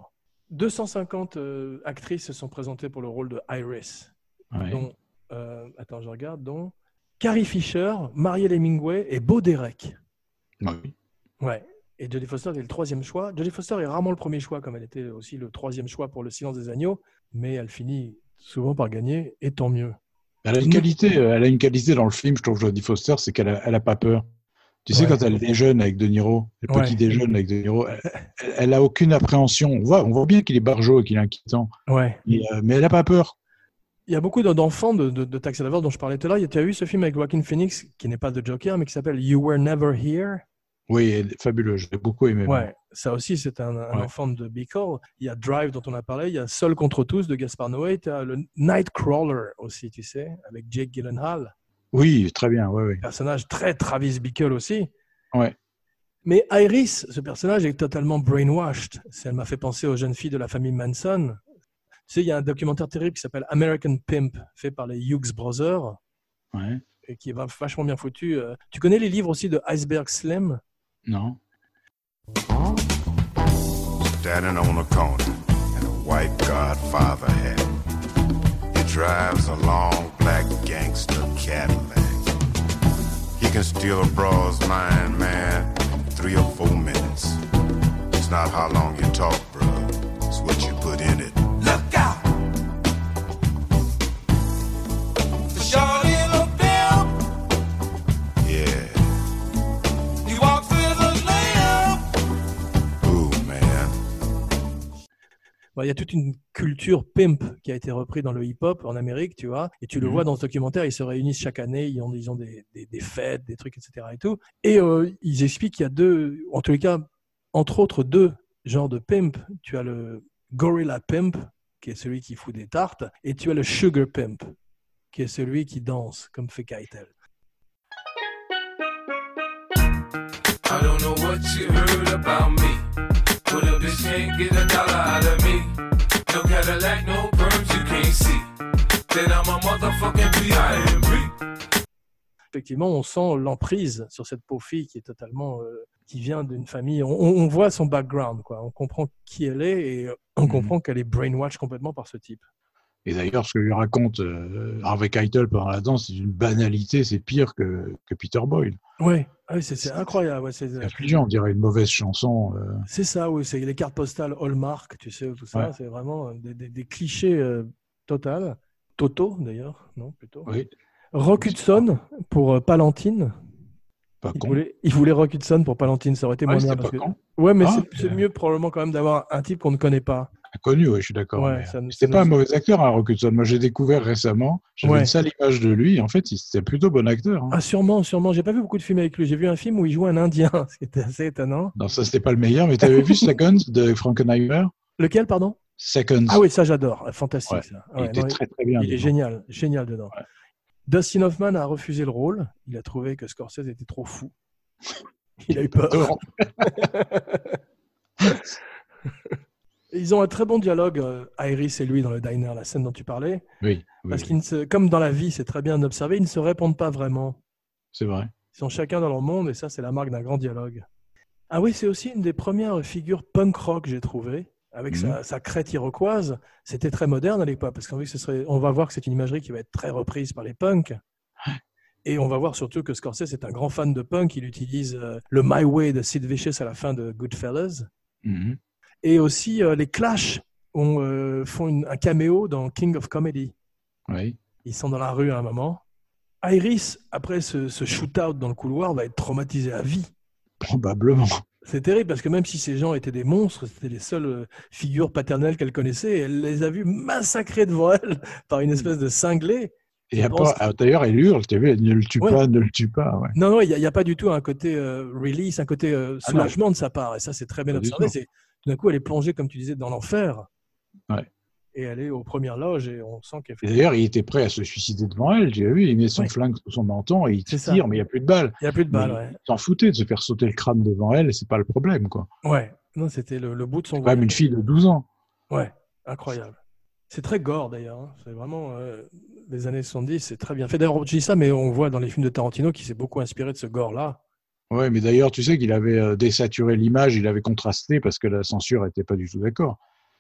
deux cent cinquante euh, actrices se sont présentées pour le rôle de Iris. Ouais. Dont, euh, attends, je regarde, dont Carrie Fisher, Marielle Hemingway et Bo Derek. Oui. Ouais. Et Jodie Foster est le troisième choix. Jodie Foster est rarement le premier choix, comme elle était aussi le troisième choix pour Le Silence des agneaux, mais elle finit souvent par gagner, et tant mieux. Elle a une qualité, elle a une qualité dans le film, je trouve, Jodie Foster, c'est qu'elle a, elle a pas peur. Tu sais, Ouais. quand elle déjeune avec De Niro, le petit Ouais. déjeune avec De Niro, elle, elle, elle a aucune appréhension. On voit, on voit bien qu'il est barjot et qu'il est inquiétant. Ouais. Et, euh, mais elle a pas peur. Il y a beaucoup d'enfants de, de, de Taxi Driver dont je parlais tout à l'heure. Tu as vu ce film avec Joaquin Phoenix, qui n'est pas de Joker, mais qui s'appelle You Were Never Here? Oui, elle est fabuleux, j'ai beaucoup aimé. Ouais, ça aussi, c'est un, un Ouais. enfant de Bickel. Il y a Drive, dont on a parlé. Il y a Seul contre tous, de Gaspar Noé. Tu as le Nightcrawler aussi, tu sais, avec Jake Gyllenhaal. Oui, très bien, ouais, ouais. Personnage très Travis Bickle aussi. Ouais. Mais Iris, ce personnage est totalement brainwashed. Elle m'a fait penser aux jeunes filles de la famille Manson. Tu sais, il y a un documentaire terrible qui s'appelle American Pimp, fait par les Hughes Brothers, Ouais. et qui est vachement bien foutu. Tu connais les livres aussi de Iceberg Slim? Non. Standing on the corner in a white Godfather hat. He drives a long black gangster Cadillac. He can steal a broad's mind, man, in three or four minutes. It's not how long you talk, bro. It's what you put in it. Look out! The shorty look down. Yeah. He walks with a lamb. Ooh, man. Bon, il y a toute une culture pimp qui a été reprise dans le hip-hop en Amérique, tu vois. Et tu le Mhm. vois dans ce documentaire, ils se réunissent chaque année, ils ont, ils ont des, des, des fêtes, des trucs, et cetera. Et, tout. et euh, ils expliquent qu'il y a deux, en tous les cas, entre autres deux genres de pimp. Tu as le Gorilla Pimp, qui est celui qui fout des tartes, et tu as le Sugar Pimp, qui est celui qui danse, comme fait Keitel. I don't know what you heard about me, but a bitch can't get a dollar out of me. No Cadillac, no perms, you can't see that I'm a motherfucking B I M B. Effectivement, on sent l'emprise sur cette pauvre fille qui est totalement, euh, qui vient d'une famille. On, on voit son background, quoi. On comprend qui elle est et on Mhm. comprend qu'elle est brainwashed complètement par ce type. Et d'ailleurs, ce que lui raconte euh, Harvey Keitel pendant la danse, c'est une banalité, c'est pire que, que Peter Boyle. Ouais, ah oui, c'est, c'est incroyable. Ouais, c'est, C'est affligeant, on dirait une mauvaise chanson. euh. c'est ça, oui, c'est les cartes postales Hallmark, tu sais, tout ça. Ouais. C'est vraiment des, des, des clichés euh, total. Toto, d'ailleurs, non, plutôt. Oui, Rock Hudson pour euh, Palantine. pas Il con. voulait, il voulait Rock Hudson pour Palantine, ça aurait été Ouais, moins c'était bien. Parce pas que... con. Ouais, mais Ah, c'est, c'est euh. mieux probablement quand même d'avoir un type qu'on ne connaît pas. Inconnu, ouais, je suis d'accord. Ouais, mais, ça nous- c'était ça pas nous- un mauvais acteur, hein, Rock Hudson. Moi, j'ai découvert récemment, j'avais Ouais. une sale image de lui. En fait, il- c'était un plutôt bon acteur. Hein. Ah, sûrement, sûrement. J'ai pas vu beaucoup de films avec lui. J'ai vu un film où il jouait un Indien, ce qui était assez étonnant. Non, ça, c'était pas le meilleur, mais tu avais vu Seconds de Frankenheimer? Lequel, pardon? Seconds. Ah oui, ça j'adore. Fantastique, Ouais. ça. Il Ouais, était non, très, très bien. Il est dedans. génial, génial dedans. Ouais. Dustin Hoffman a refusé le rôle. Il a trouvé que Scorsese était trop fou. Il a eu peur. Tort. Ils ont un très bon dialogue, euh, Iris et lui, dans le diner, la scène dont tu parlais. Oui, oui, Parce oui, qu'ils ne se, comme dans la vie, c'est très bien d'observer, ils ne se répondent pas vraiment. c'est vrai. Ils sont chacun dans leur monde et ça, c'est la marque d'un grand dialogue. Ah oui, c'est aussi une des premières figures punk rock, j'ai trouvé, avec Mhm. sa, sa crête iroquoise. C'était très moderne à l'époque, parce qu'on ce serait, on va voir que c'est une imagerie qui va être très reprise par les punks. Et on va voir surtout que Scorsese est un grand fan de punk. Il utilise euh, le My Way de Sid Vicious à la fin de Goodfellas. Mhm. Et aussi, euh, les Clash ont, euh, font une- un caméo dans King of Comedy. Oui. Ils sont dans la rue à un moment. Iris, après ce, ce shoot-out dans le couloir, va être traumatisée à vie. Probablement. C'est terrible parce que même si ces gens étaient des monstres, c'était les seules euh, figures paternelles qu'elle connaissait, et elle les a vus massacrés devant elle par une espèce de cinglé. Et Je à pense part- ah, d'ailleurs, elle hurle, tu as vu, elle ne le tue Ouais. pas, ne le tue pas. Ouais. Non, non, il n'y a, a pas du tout un côté euh, release, un côté euh, Ah non. soulagement de sa part. Et ça, c'est très bien Pas du observé. tout. C'est, tout d'un coup, elle est plongée, comme tu disais, dans l'enfer. Ouais. Et elle est aux premières loges et on sent qu'elle Et fait. d'ailleurs, il était prêt à se suicider devant elle, tu as vu, il met son Ouais. flingue sous son menton et il C'est ça. tire, mais il n'y a plus de balles. Il n'y a plus de balles, Mais ouais. Il s'en foutait de se faire sauter le crâne devant elle, c'est pas le problème, quoi. Ouais. Non, c'était le, le bout de son C'est quand même une voyage. fille de douze ans. Ouais, incroyable. C'est très gore d'ailleurs. hein. C'est vraiment euh, les années soixante-dix, c'est très bien fait. D'ailleurs, je dis ça, mais on voit dans les films de Tarantino qu'il s'est beaucoup inspiré de ce gore-là. Ouais, mais d'ailleurs, tu sais qu'il avait euh, désaturé l'image, il avait contrasté parce que la censure n'était pas du tout d'accord.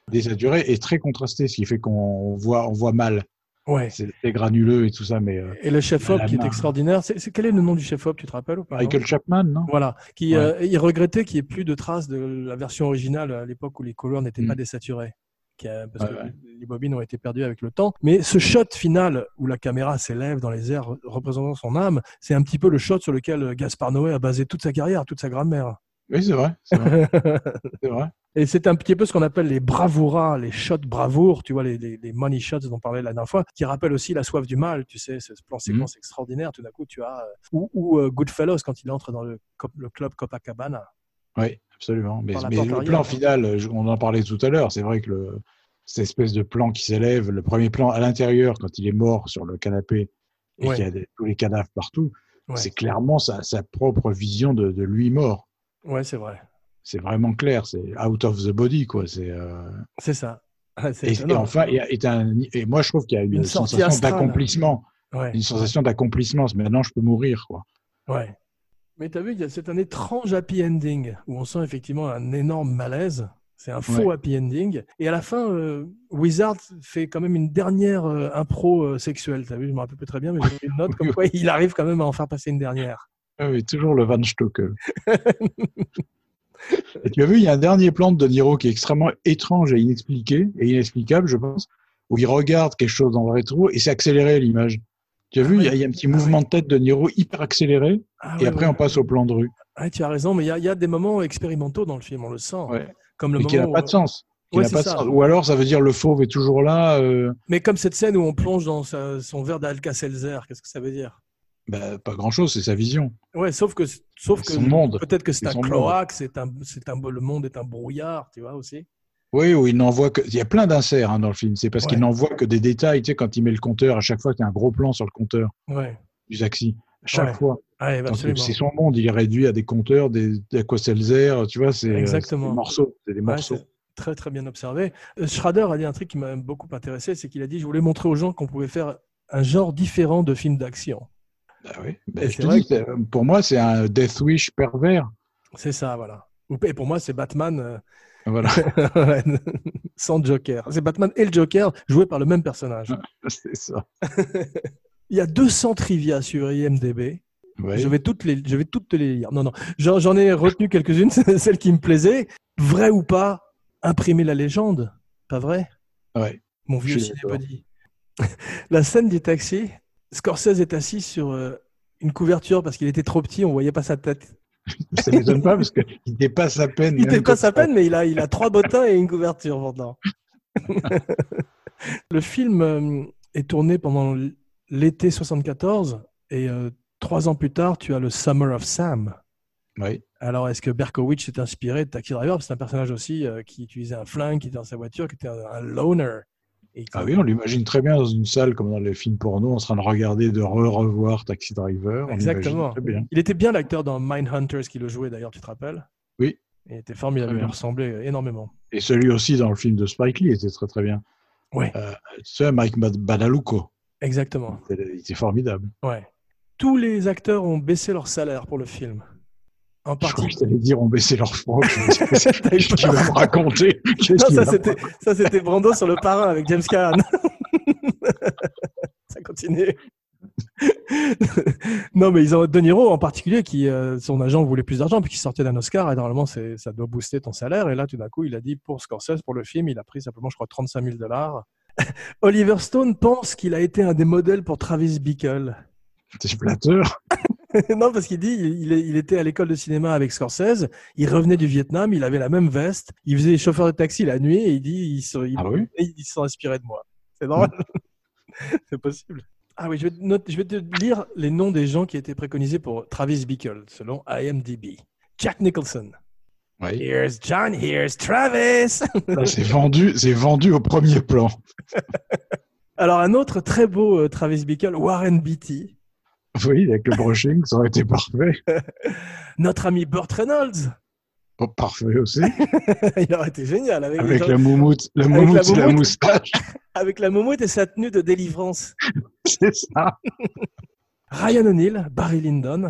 désaturé et très contrasté, ce qui fait qu'on voit, on voit mal. Ouais. C'est, c'est granuleux et tout ça, mais. Euh, et le chef-op qui main. est extraordinaire. C'est, c'est, quel est le nom du chef-op, tu te rappelles ou pas? Michael non Chapman, non? Voilà. Qui, ouais. euh, il regrettait qu'il n'y ait plus de traces de la version originale à l'époque où les couleurs n'étaient mm. pas désaturées. Qui a, parce ouais, que ouais. les bobines ont été perdues avec le temps. Mais ce shot final où la caméra s'élève dans les airs représentant son âme, c'est un petit peu le shot sur lequel Gaspard Noé a basé toute sa carrière, toute sa grammaire. Oui, c'est vrai. C'est vrai. c'est vrai. Et c'est un petit peu ce qu'on appelle les bravouras, les shots bravoure, tu vois, les, les, les money shots dont on parlait la dernière fois, qui rappellent aussi la soif du mal, tu sais, ce plan séquence mmh. extraordinaire, tout d'un coup, tu as... Ou, ou uh, Goodfellas, quand il entre dans le, le club Copacabana. Oui, absolument. Mais, mais le plan final, on en parlait tout à l'heure, c'est vrai que le, cette espèce de plan qui s'élève, le premier plan à l'intérieur, quand il est mort sur le canapé, et ouais. qu'il y a des, tous les cadavres partout, ouais. c'est clairement sa, sa propre vision de, de lui mort. Ouais, c'est vrai. C'est vraiment clair, c'est out of the body, quoi. C'est, euh... c'est ça. C'est et, et enfin, et, et, un, et moi, je trouve qu'il y a une, une sensation astrale. d'accomplissement. Ouais. Une sensation d'accomplissement. Maintenant, je peux mourir, quoi. Ouais. Mais tu as vu, il y a c'est un étrange happy ending où on sent effectivement un énorme malaise. C'est un faux ouais. happy ending. Et à la fin, euh, Wizard fait quand même une dernière euh, impro euh, sexuelle. Tu as vu, je me rappelle plus très bien, mais j'ai fait une note comme quoi il arrive quand même à en faire passer une dernière. Ah oui, toujours le Van Stockel. Et tu as vu, il y a un dernier plan de De Niro qui est extrêmement étrange et inexpliqué, et inexplicable, je pense, où il regarde quelque chose dans le rétro et c'est accéléré l'image. Tu as ah vu, oui. il, y a, il y a un petit mouvement de tête de De Niro hyper accéléré, ah, et oui, après oui. on passe au plan de rue. Ah, tu as raison, mais il y, a, il y a des moments expérimentaux dans le film, on le sent. Ouais. Comme le mais moment qui n'a pas de sens. Ouais, n'a pas de sens. Ou alors ça veut dire le fauve est toujours là. Euh... Mais comme cette scène où on plonge dans sa, son verre d'Alka-Seltzer, qu'est-ce que ça veut dire? Bah, pas grand-chose, c'est sa vision. Ouais, sauf que, sauf que son monde. Peut-être que c'est, c'est un cloaque, monde. c'est un, c'est un, le monde est un brouillard, tu vois aussi. Oui, où il n'envoie que. Il y a plein d'inserts hein, dans le film. C'est parce ouais. qu'il n'envoie que des détails. Tu sais, quand il met le compteur, à chaque fois qu'il y a un gros plan sur le compteur ouais. du Zaxi, à chaque ouais. fois. Ouais, bah c'est son monde. Il est réduit à des compteurs, des Alka-Seltzer, tu vois, c'est, Exactement. c'est des morceaux. C'est des morceaux. Ouais, c'est très très bien observé. Schrader a dit un truc qui m'a beaucoup intéressé, c'est qu'il a dit, je voulais montrer aux gens qu'on pouvait faire un genre différent de film d'action. Bah oui. Bah, je te dis, que pour moi, c'est un Death Wish pervers. C'est ça, voilà. Et pour moi, c'est Batman euh... voilà. sans Joker. C'est Batman et le Joker joués par le même personnage. C'est ça. Il y a deux cents trivia sur I M D B. Oui. Je vais toutes les, je vais toutes te les lire. Non, non. J'en, j'en ai retenu quelques-unes, celles qui me plaisaient. Vrai ou pas, imprimer la légende. Pas vrai? Ouais. Mon vieux cinébody. La scène du taxi. Scorsese est assis sur euh, une couverture parce qu'il était trop petit, on ne voyait pas sa tête. Ça ne m'étonne pas parce qu'il dépasse à peine. Il dépasse à peine, mais il a, il a trois bottins et une couverture pourtant. Le film euh, est tourné pendant l'été soixante-quatorze et euh, trois ans plus tard, tu as le Summer of Sam. Oui. Alors, est-ce que Berkowitz s'est inspiré de Taxi Driver? C'est un personnage aussi euh, qui utilisait un flingue, qui était dans sa voiture, qui était un, un loner. Ah oui, on l'imagine très bien dans une salle comme dans les films porno, en train de regarder, de re-revoir Taxi Driver. Exactement. Très bien. Il était bien l'acteur dans Mindhunters qui le jouait d'ailleurs, tu te rappelles? Oui. Il était formidable, il lui ressemblait énormément. Et celui aussi dans le film de Spike Lee était très très bien. Oui. Euh, tu sais, Mike Badalucco. Exactement. Il était, il était formidable. Ouais. Tous les acteurs ont baissé leur salaire pour le film. En partie. Je crois que je t'allais dire, on baissait leur front. Qu'est-ce qu'il va me raconter? Non, ça, c'était, ça, c'était Brando sur Le Parrain avec James Caan. Ça continue. Non, mais ils ont De Niro en particulier, qui, euh, son agent voulait plus d'argent, puis qui sortait d'un Oscar, et normalement, c'est, ça doit booster ton salaire. Et là, tout d'un coup, il a dit, pour Scorsese, pour le film, il a pris simplement, je crois, trente-cinq mille dollars. Oliver Stone pense qu'il a été un des modèles pour Travis Bickle. C'est flatteur. Non, parce qu'il dit il, il était à l'école de cinéma avec Scorsese, il revenait du Vietnam, il avait la même veste, il faisait chauffeur de taxi la nuit et il dit il se, il, ah oui il, il s'est inspiré de moi. C'est drôle. Mmh. C'est possible. Ah oui, je vais, te noter, je vais te lire les noms des gens qui étaient préconisés pour Travis Bickle, selon I M D B. Jack Nicholson. Oui. Here's John, here's Travis. Là, c'est vendu, c'est vendu au premier plan. Alors, un autre très beau euh, Travis Bickle, Warren Beatty. Oui, avec le brushing, ça aurait été parfait. Notre ami Burt Reynolds. Oh, parfait aussi. Il aurait été génial. Avec, avec gens... la moumoute, la moumoute et la moustache. Avec la moumoute et sa tenue de délivrance. C'est ça. Ryan O'Neal, Barry Lyndon.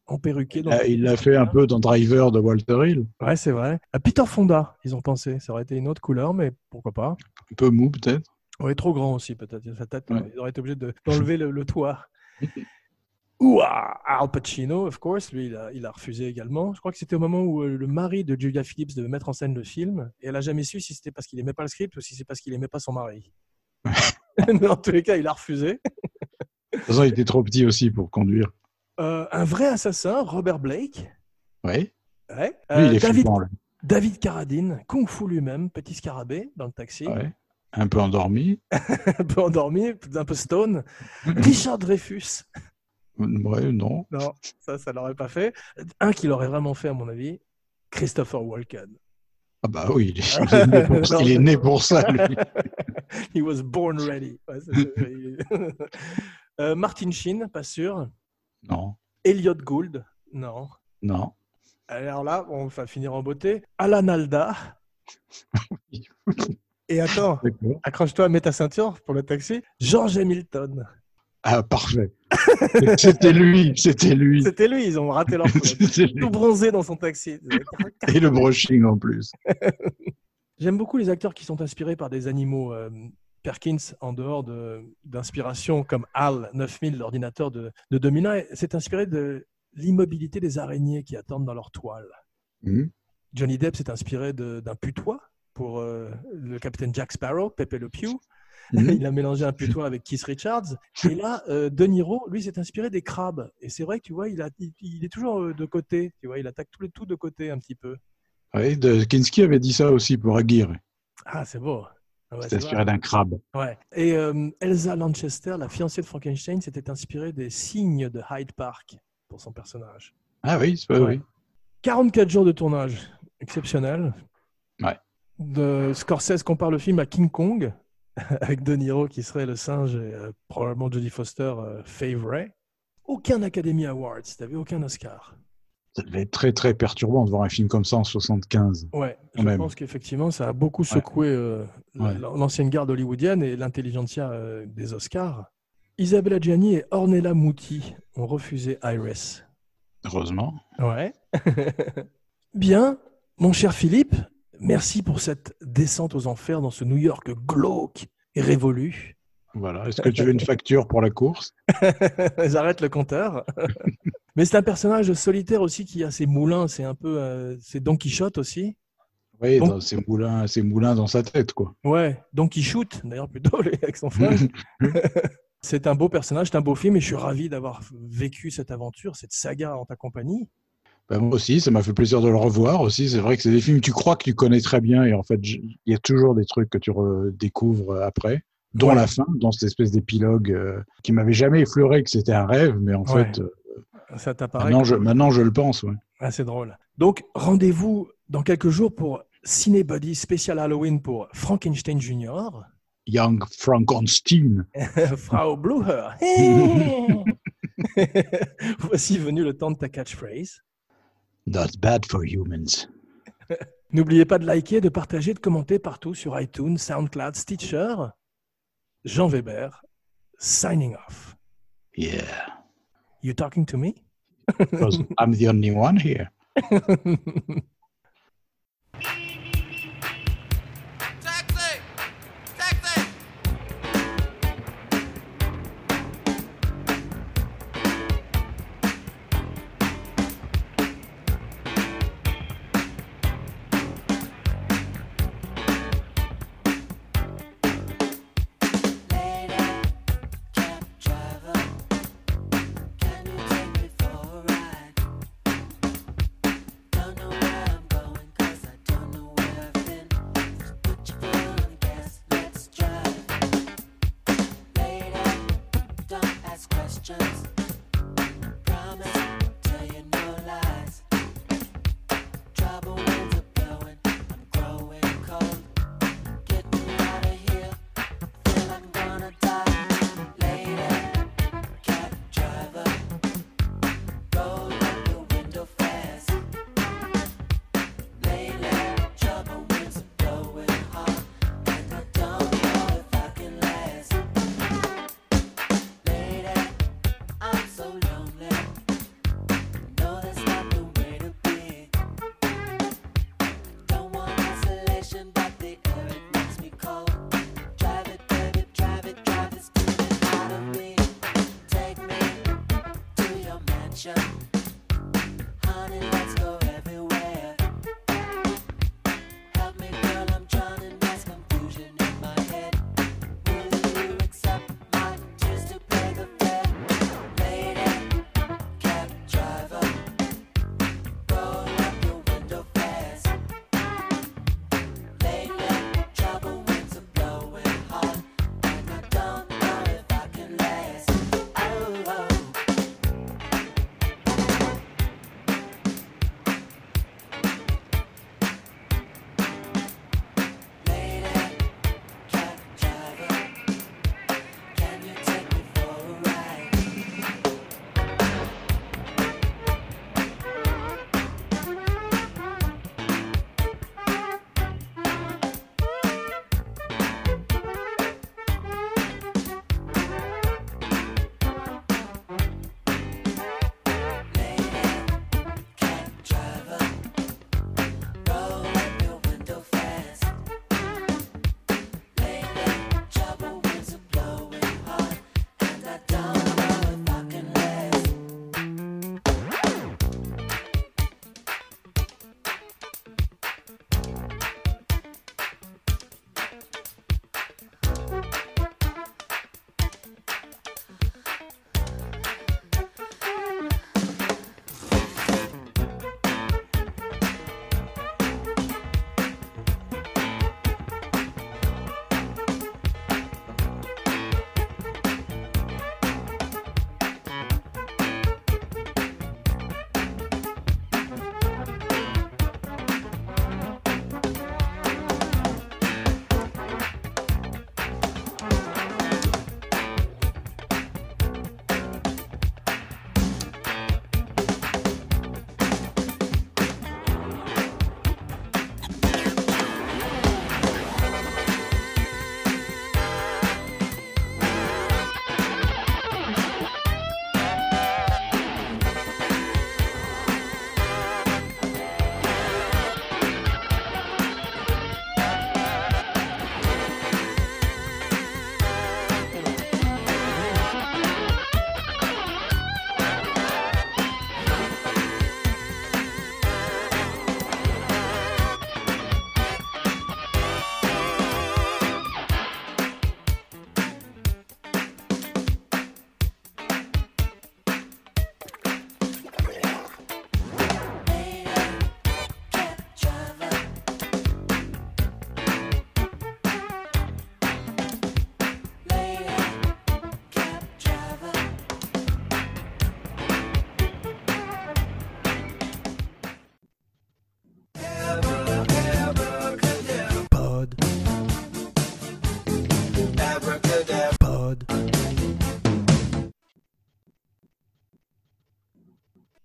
emperruqué. Dans Euh, il l'a fait un peu dans Driver de Walter Hill. Ouais, c'est vrai. À Peter Fonda, ils ont pensé. Ça aurait été une autre couleur, mais pourquoi pas. Un peu mou, peut-être. Oui, trop grand aussi, peut-être. Sa tête, Ouais. il aurait été obligé de, d'enlever le, le toit. Ouah, Al Pacino, of course, lui, il a, il a refusé également. Je crois que c'était au moment où euh, le mari de Julia Phillips devait mettre en scène le film, et elle a jamais su si c'était parce qu'il aimait pas le script ou si c'est parce qu'il aimait pas son mari. Mais en tous les cas, il a refusé. De toute façon, il était trop petit aussi pour conduire. Euh, un vrai assassin, Robert Blake. Oui. Ouais. Lui, il est David, flippant, là. David Carradine, Kung Fu lui-même, petit scarabée dans le taxi. Ouais. Un peu endormi. Un peu endormi, un peu stone. Richard Dreyfus. Ouais, non. Non, ça, ça l'aurait pas fait. Un qui l'aurait vraiment fait, à mon avis, Christopher Walken. Ah bah oui, il est, il est, né, pour, il est né pour ça, lui. He was born ready. Ouais, c'est, euh, Martin Sheen, pas sûr. Non. Elliot Gould, non. Non. Alors là, on va finir en beauté. Alan Alda. Et attends, D'accord. accroche-toi, mets ta ceinture pour le taxi. George Hamilton. Ah, parfait. C'était lui, c'était lui. C'était lui, ils ont raté leur coup. Tout bronzé dans son taxi. Et le brushing en plus. J'aime beaucoup les acteurs qui sont inspirés par des animaux. Euh, Perkins, en dehors de, d'inspiration comme Hal neuf mille, l'ordinateur de, de deux mille un, s'est inspiré de l'immobilité des araignées qui attendent dans leur toile. Mmh. Johnny Depp s'est inspiré de, d'un putois pour euh, le capitaine Jack Sparrow, Pepe Le Pew. Mmh. Il a mélangé un putois avec Keith Richards. Et là, euh, De Niro, lui, s'est inspiré des crabes. Et c'est vrai que tu vois, il, a, il, il est toujours euh, de côté. Tu vois, il attaque tout, tout de côté un petit peu. Oui, de, Kinski avait dit ça aussi pour Aguirre. Ah, c'est beau. Ah ouais, c'est inspiré d'un crabe. Ouais. Et euh, Elsa Lanchester, la fiancée de Frankenstein, s'était inspirée des signes de Hyde Park pour son personnage. Ah oui, c'est pas ouais. oui. quarante-quatre jours de tournage, exceptionnel. Ouais. De Scorsese compare le film à King Kong, avec De Niro qui serait le singe et euh, probablement Jodie Foster euh, favorite. Aucun Academy Awards, t'avais aucun Oscar. Ça devait être très très perturbant de voir un film comme ça en soixante-quinze. Ouais, je même. pense qu'effectivement ça a beaucoup secoué euh, ouais. l'ancienne garde hollywoodienne et l'intelligentsia euh, des Oscars. Isabella Gianni et Ornella Muti ont refusé Iris. Heureusement. Ouais. Bien, mon cher Philippe, merci pour cette descente aux enfers dans ce New York glauque et révolu. Voilà. Est-ce que tu veux une facture pour la course? J'arrête le compteur. Mais c'est un personnage solitaire aussi qui a ses moulins. C'est un peu, euh, c'est Don Quichotte aussi. Oui, Donc, dans ses moulins, ses moulins dans sa tête, quoi. Ouais, Don Quichotte, d'ailleurs plutôt avec son flingue. C'est un beau personnage, c'est un beau film, et je suis ravi d'avoir vécu cette aventure, cette saga en ta compagnie. Ben moi aussi, ça m'a fait plaisir de le revoir aussi. C'est vrai que c'est des films que tu crois que tu connais très bien, et en fait, il y a toujours des trucs que tu redécouvres après. Dont ouais. la fin, dans cette espèce d'épilogue euh, qui m'avait jamais effleuré que c'était un rêve, mais en ouais. fait, euh, ça t'apparaît maintenant, je, maintenant je le pense. Ouais. Ah, c'est drôle. Donc, rendez-vous dans quelques jours pour Cinebody spécial Halloween pour Frankenstein Junior Young Frankenstein. Frau Blucher. Voici venu le temps de ta catchphrase. Not bad for humans. N'oubliez pas de liker, de partager, de commenter partout sur iTunes, SoundCloud, Stitcher. Jean Weber, signing off. Yeah. You talking to me? Because I'm the only one here. Taxi! Taxi! Don't know where station.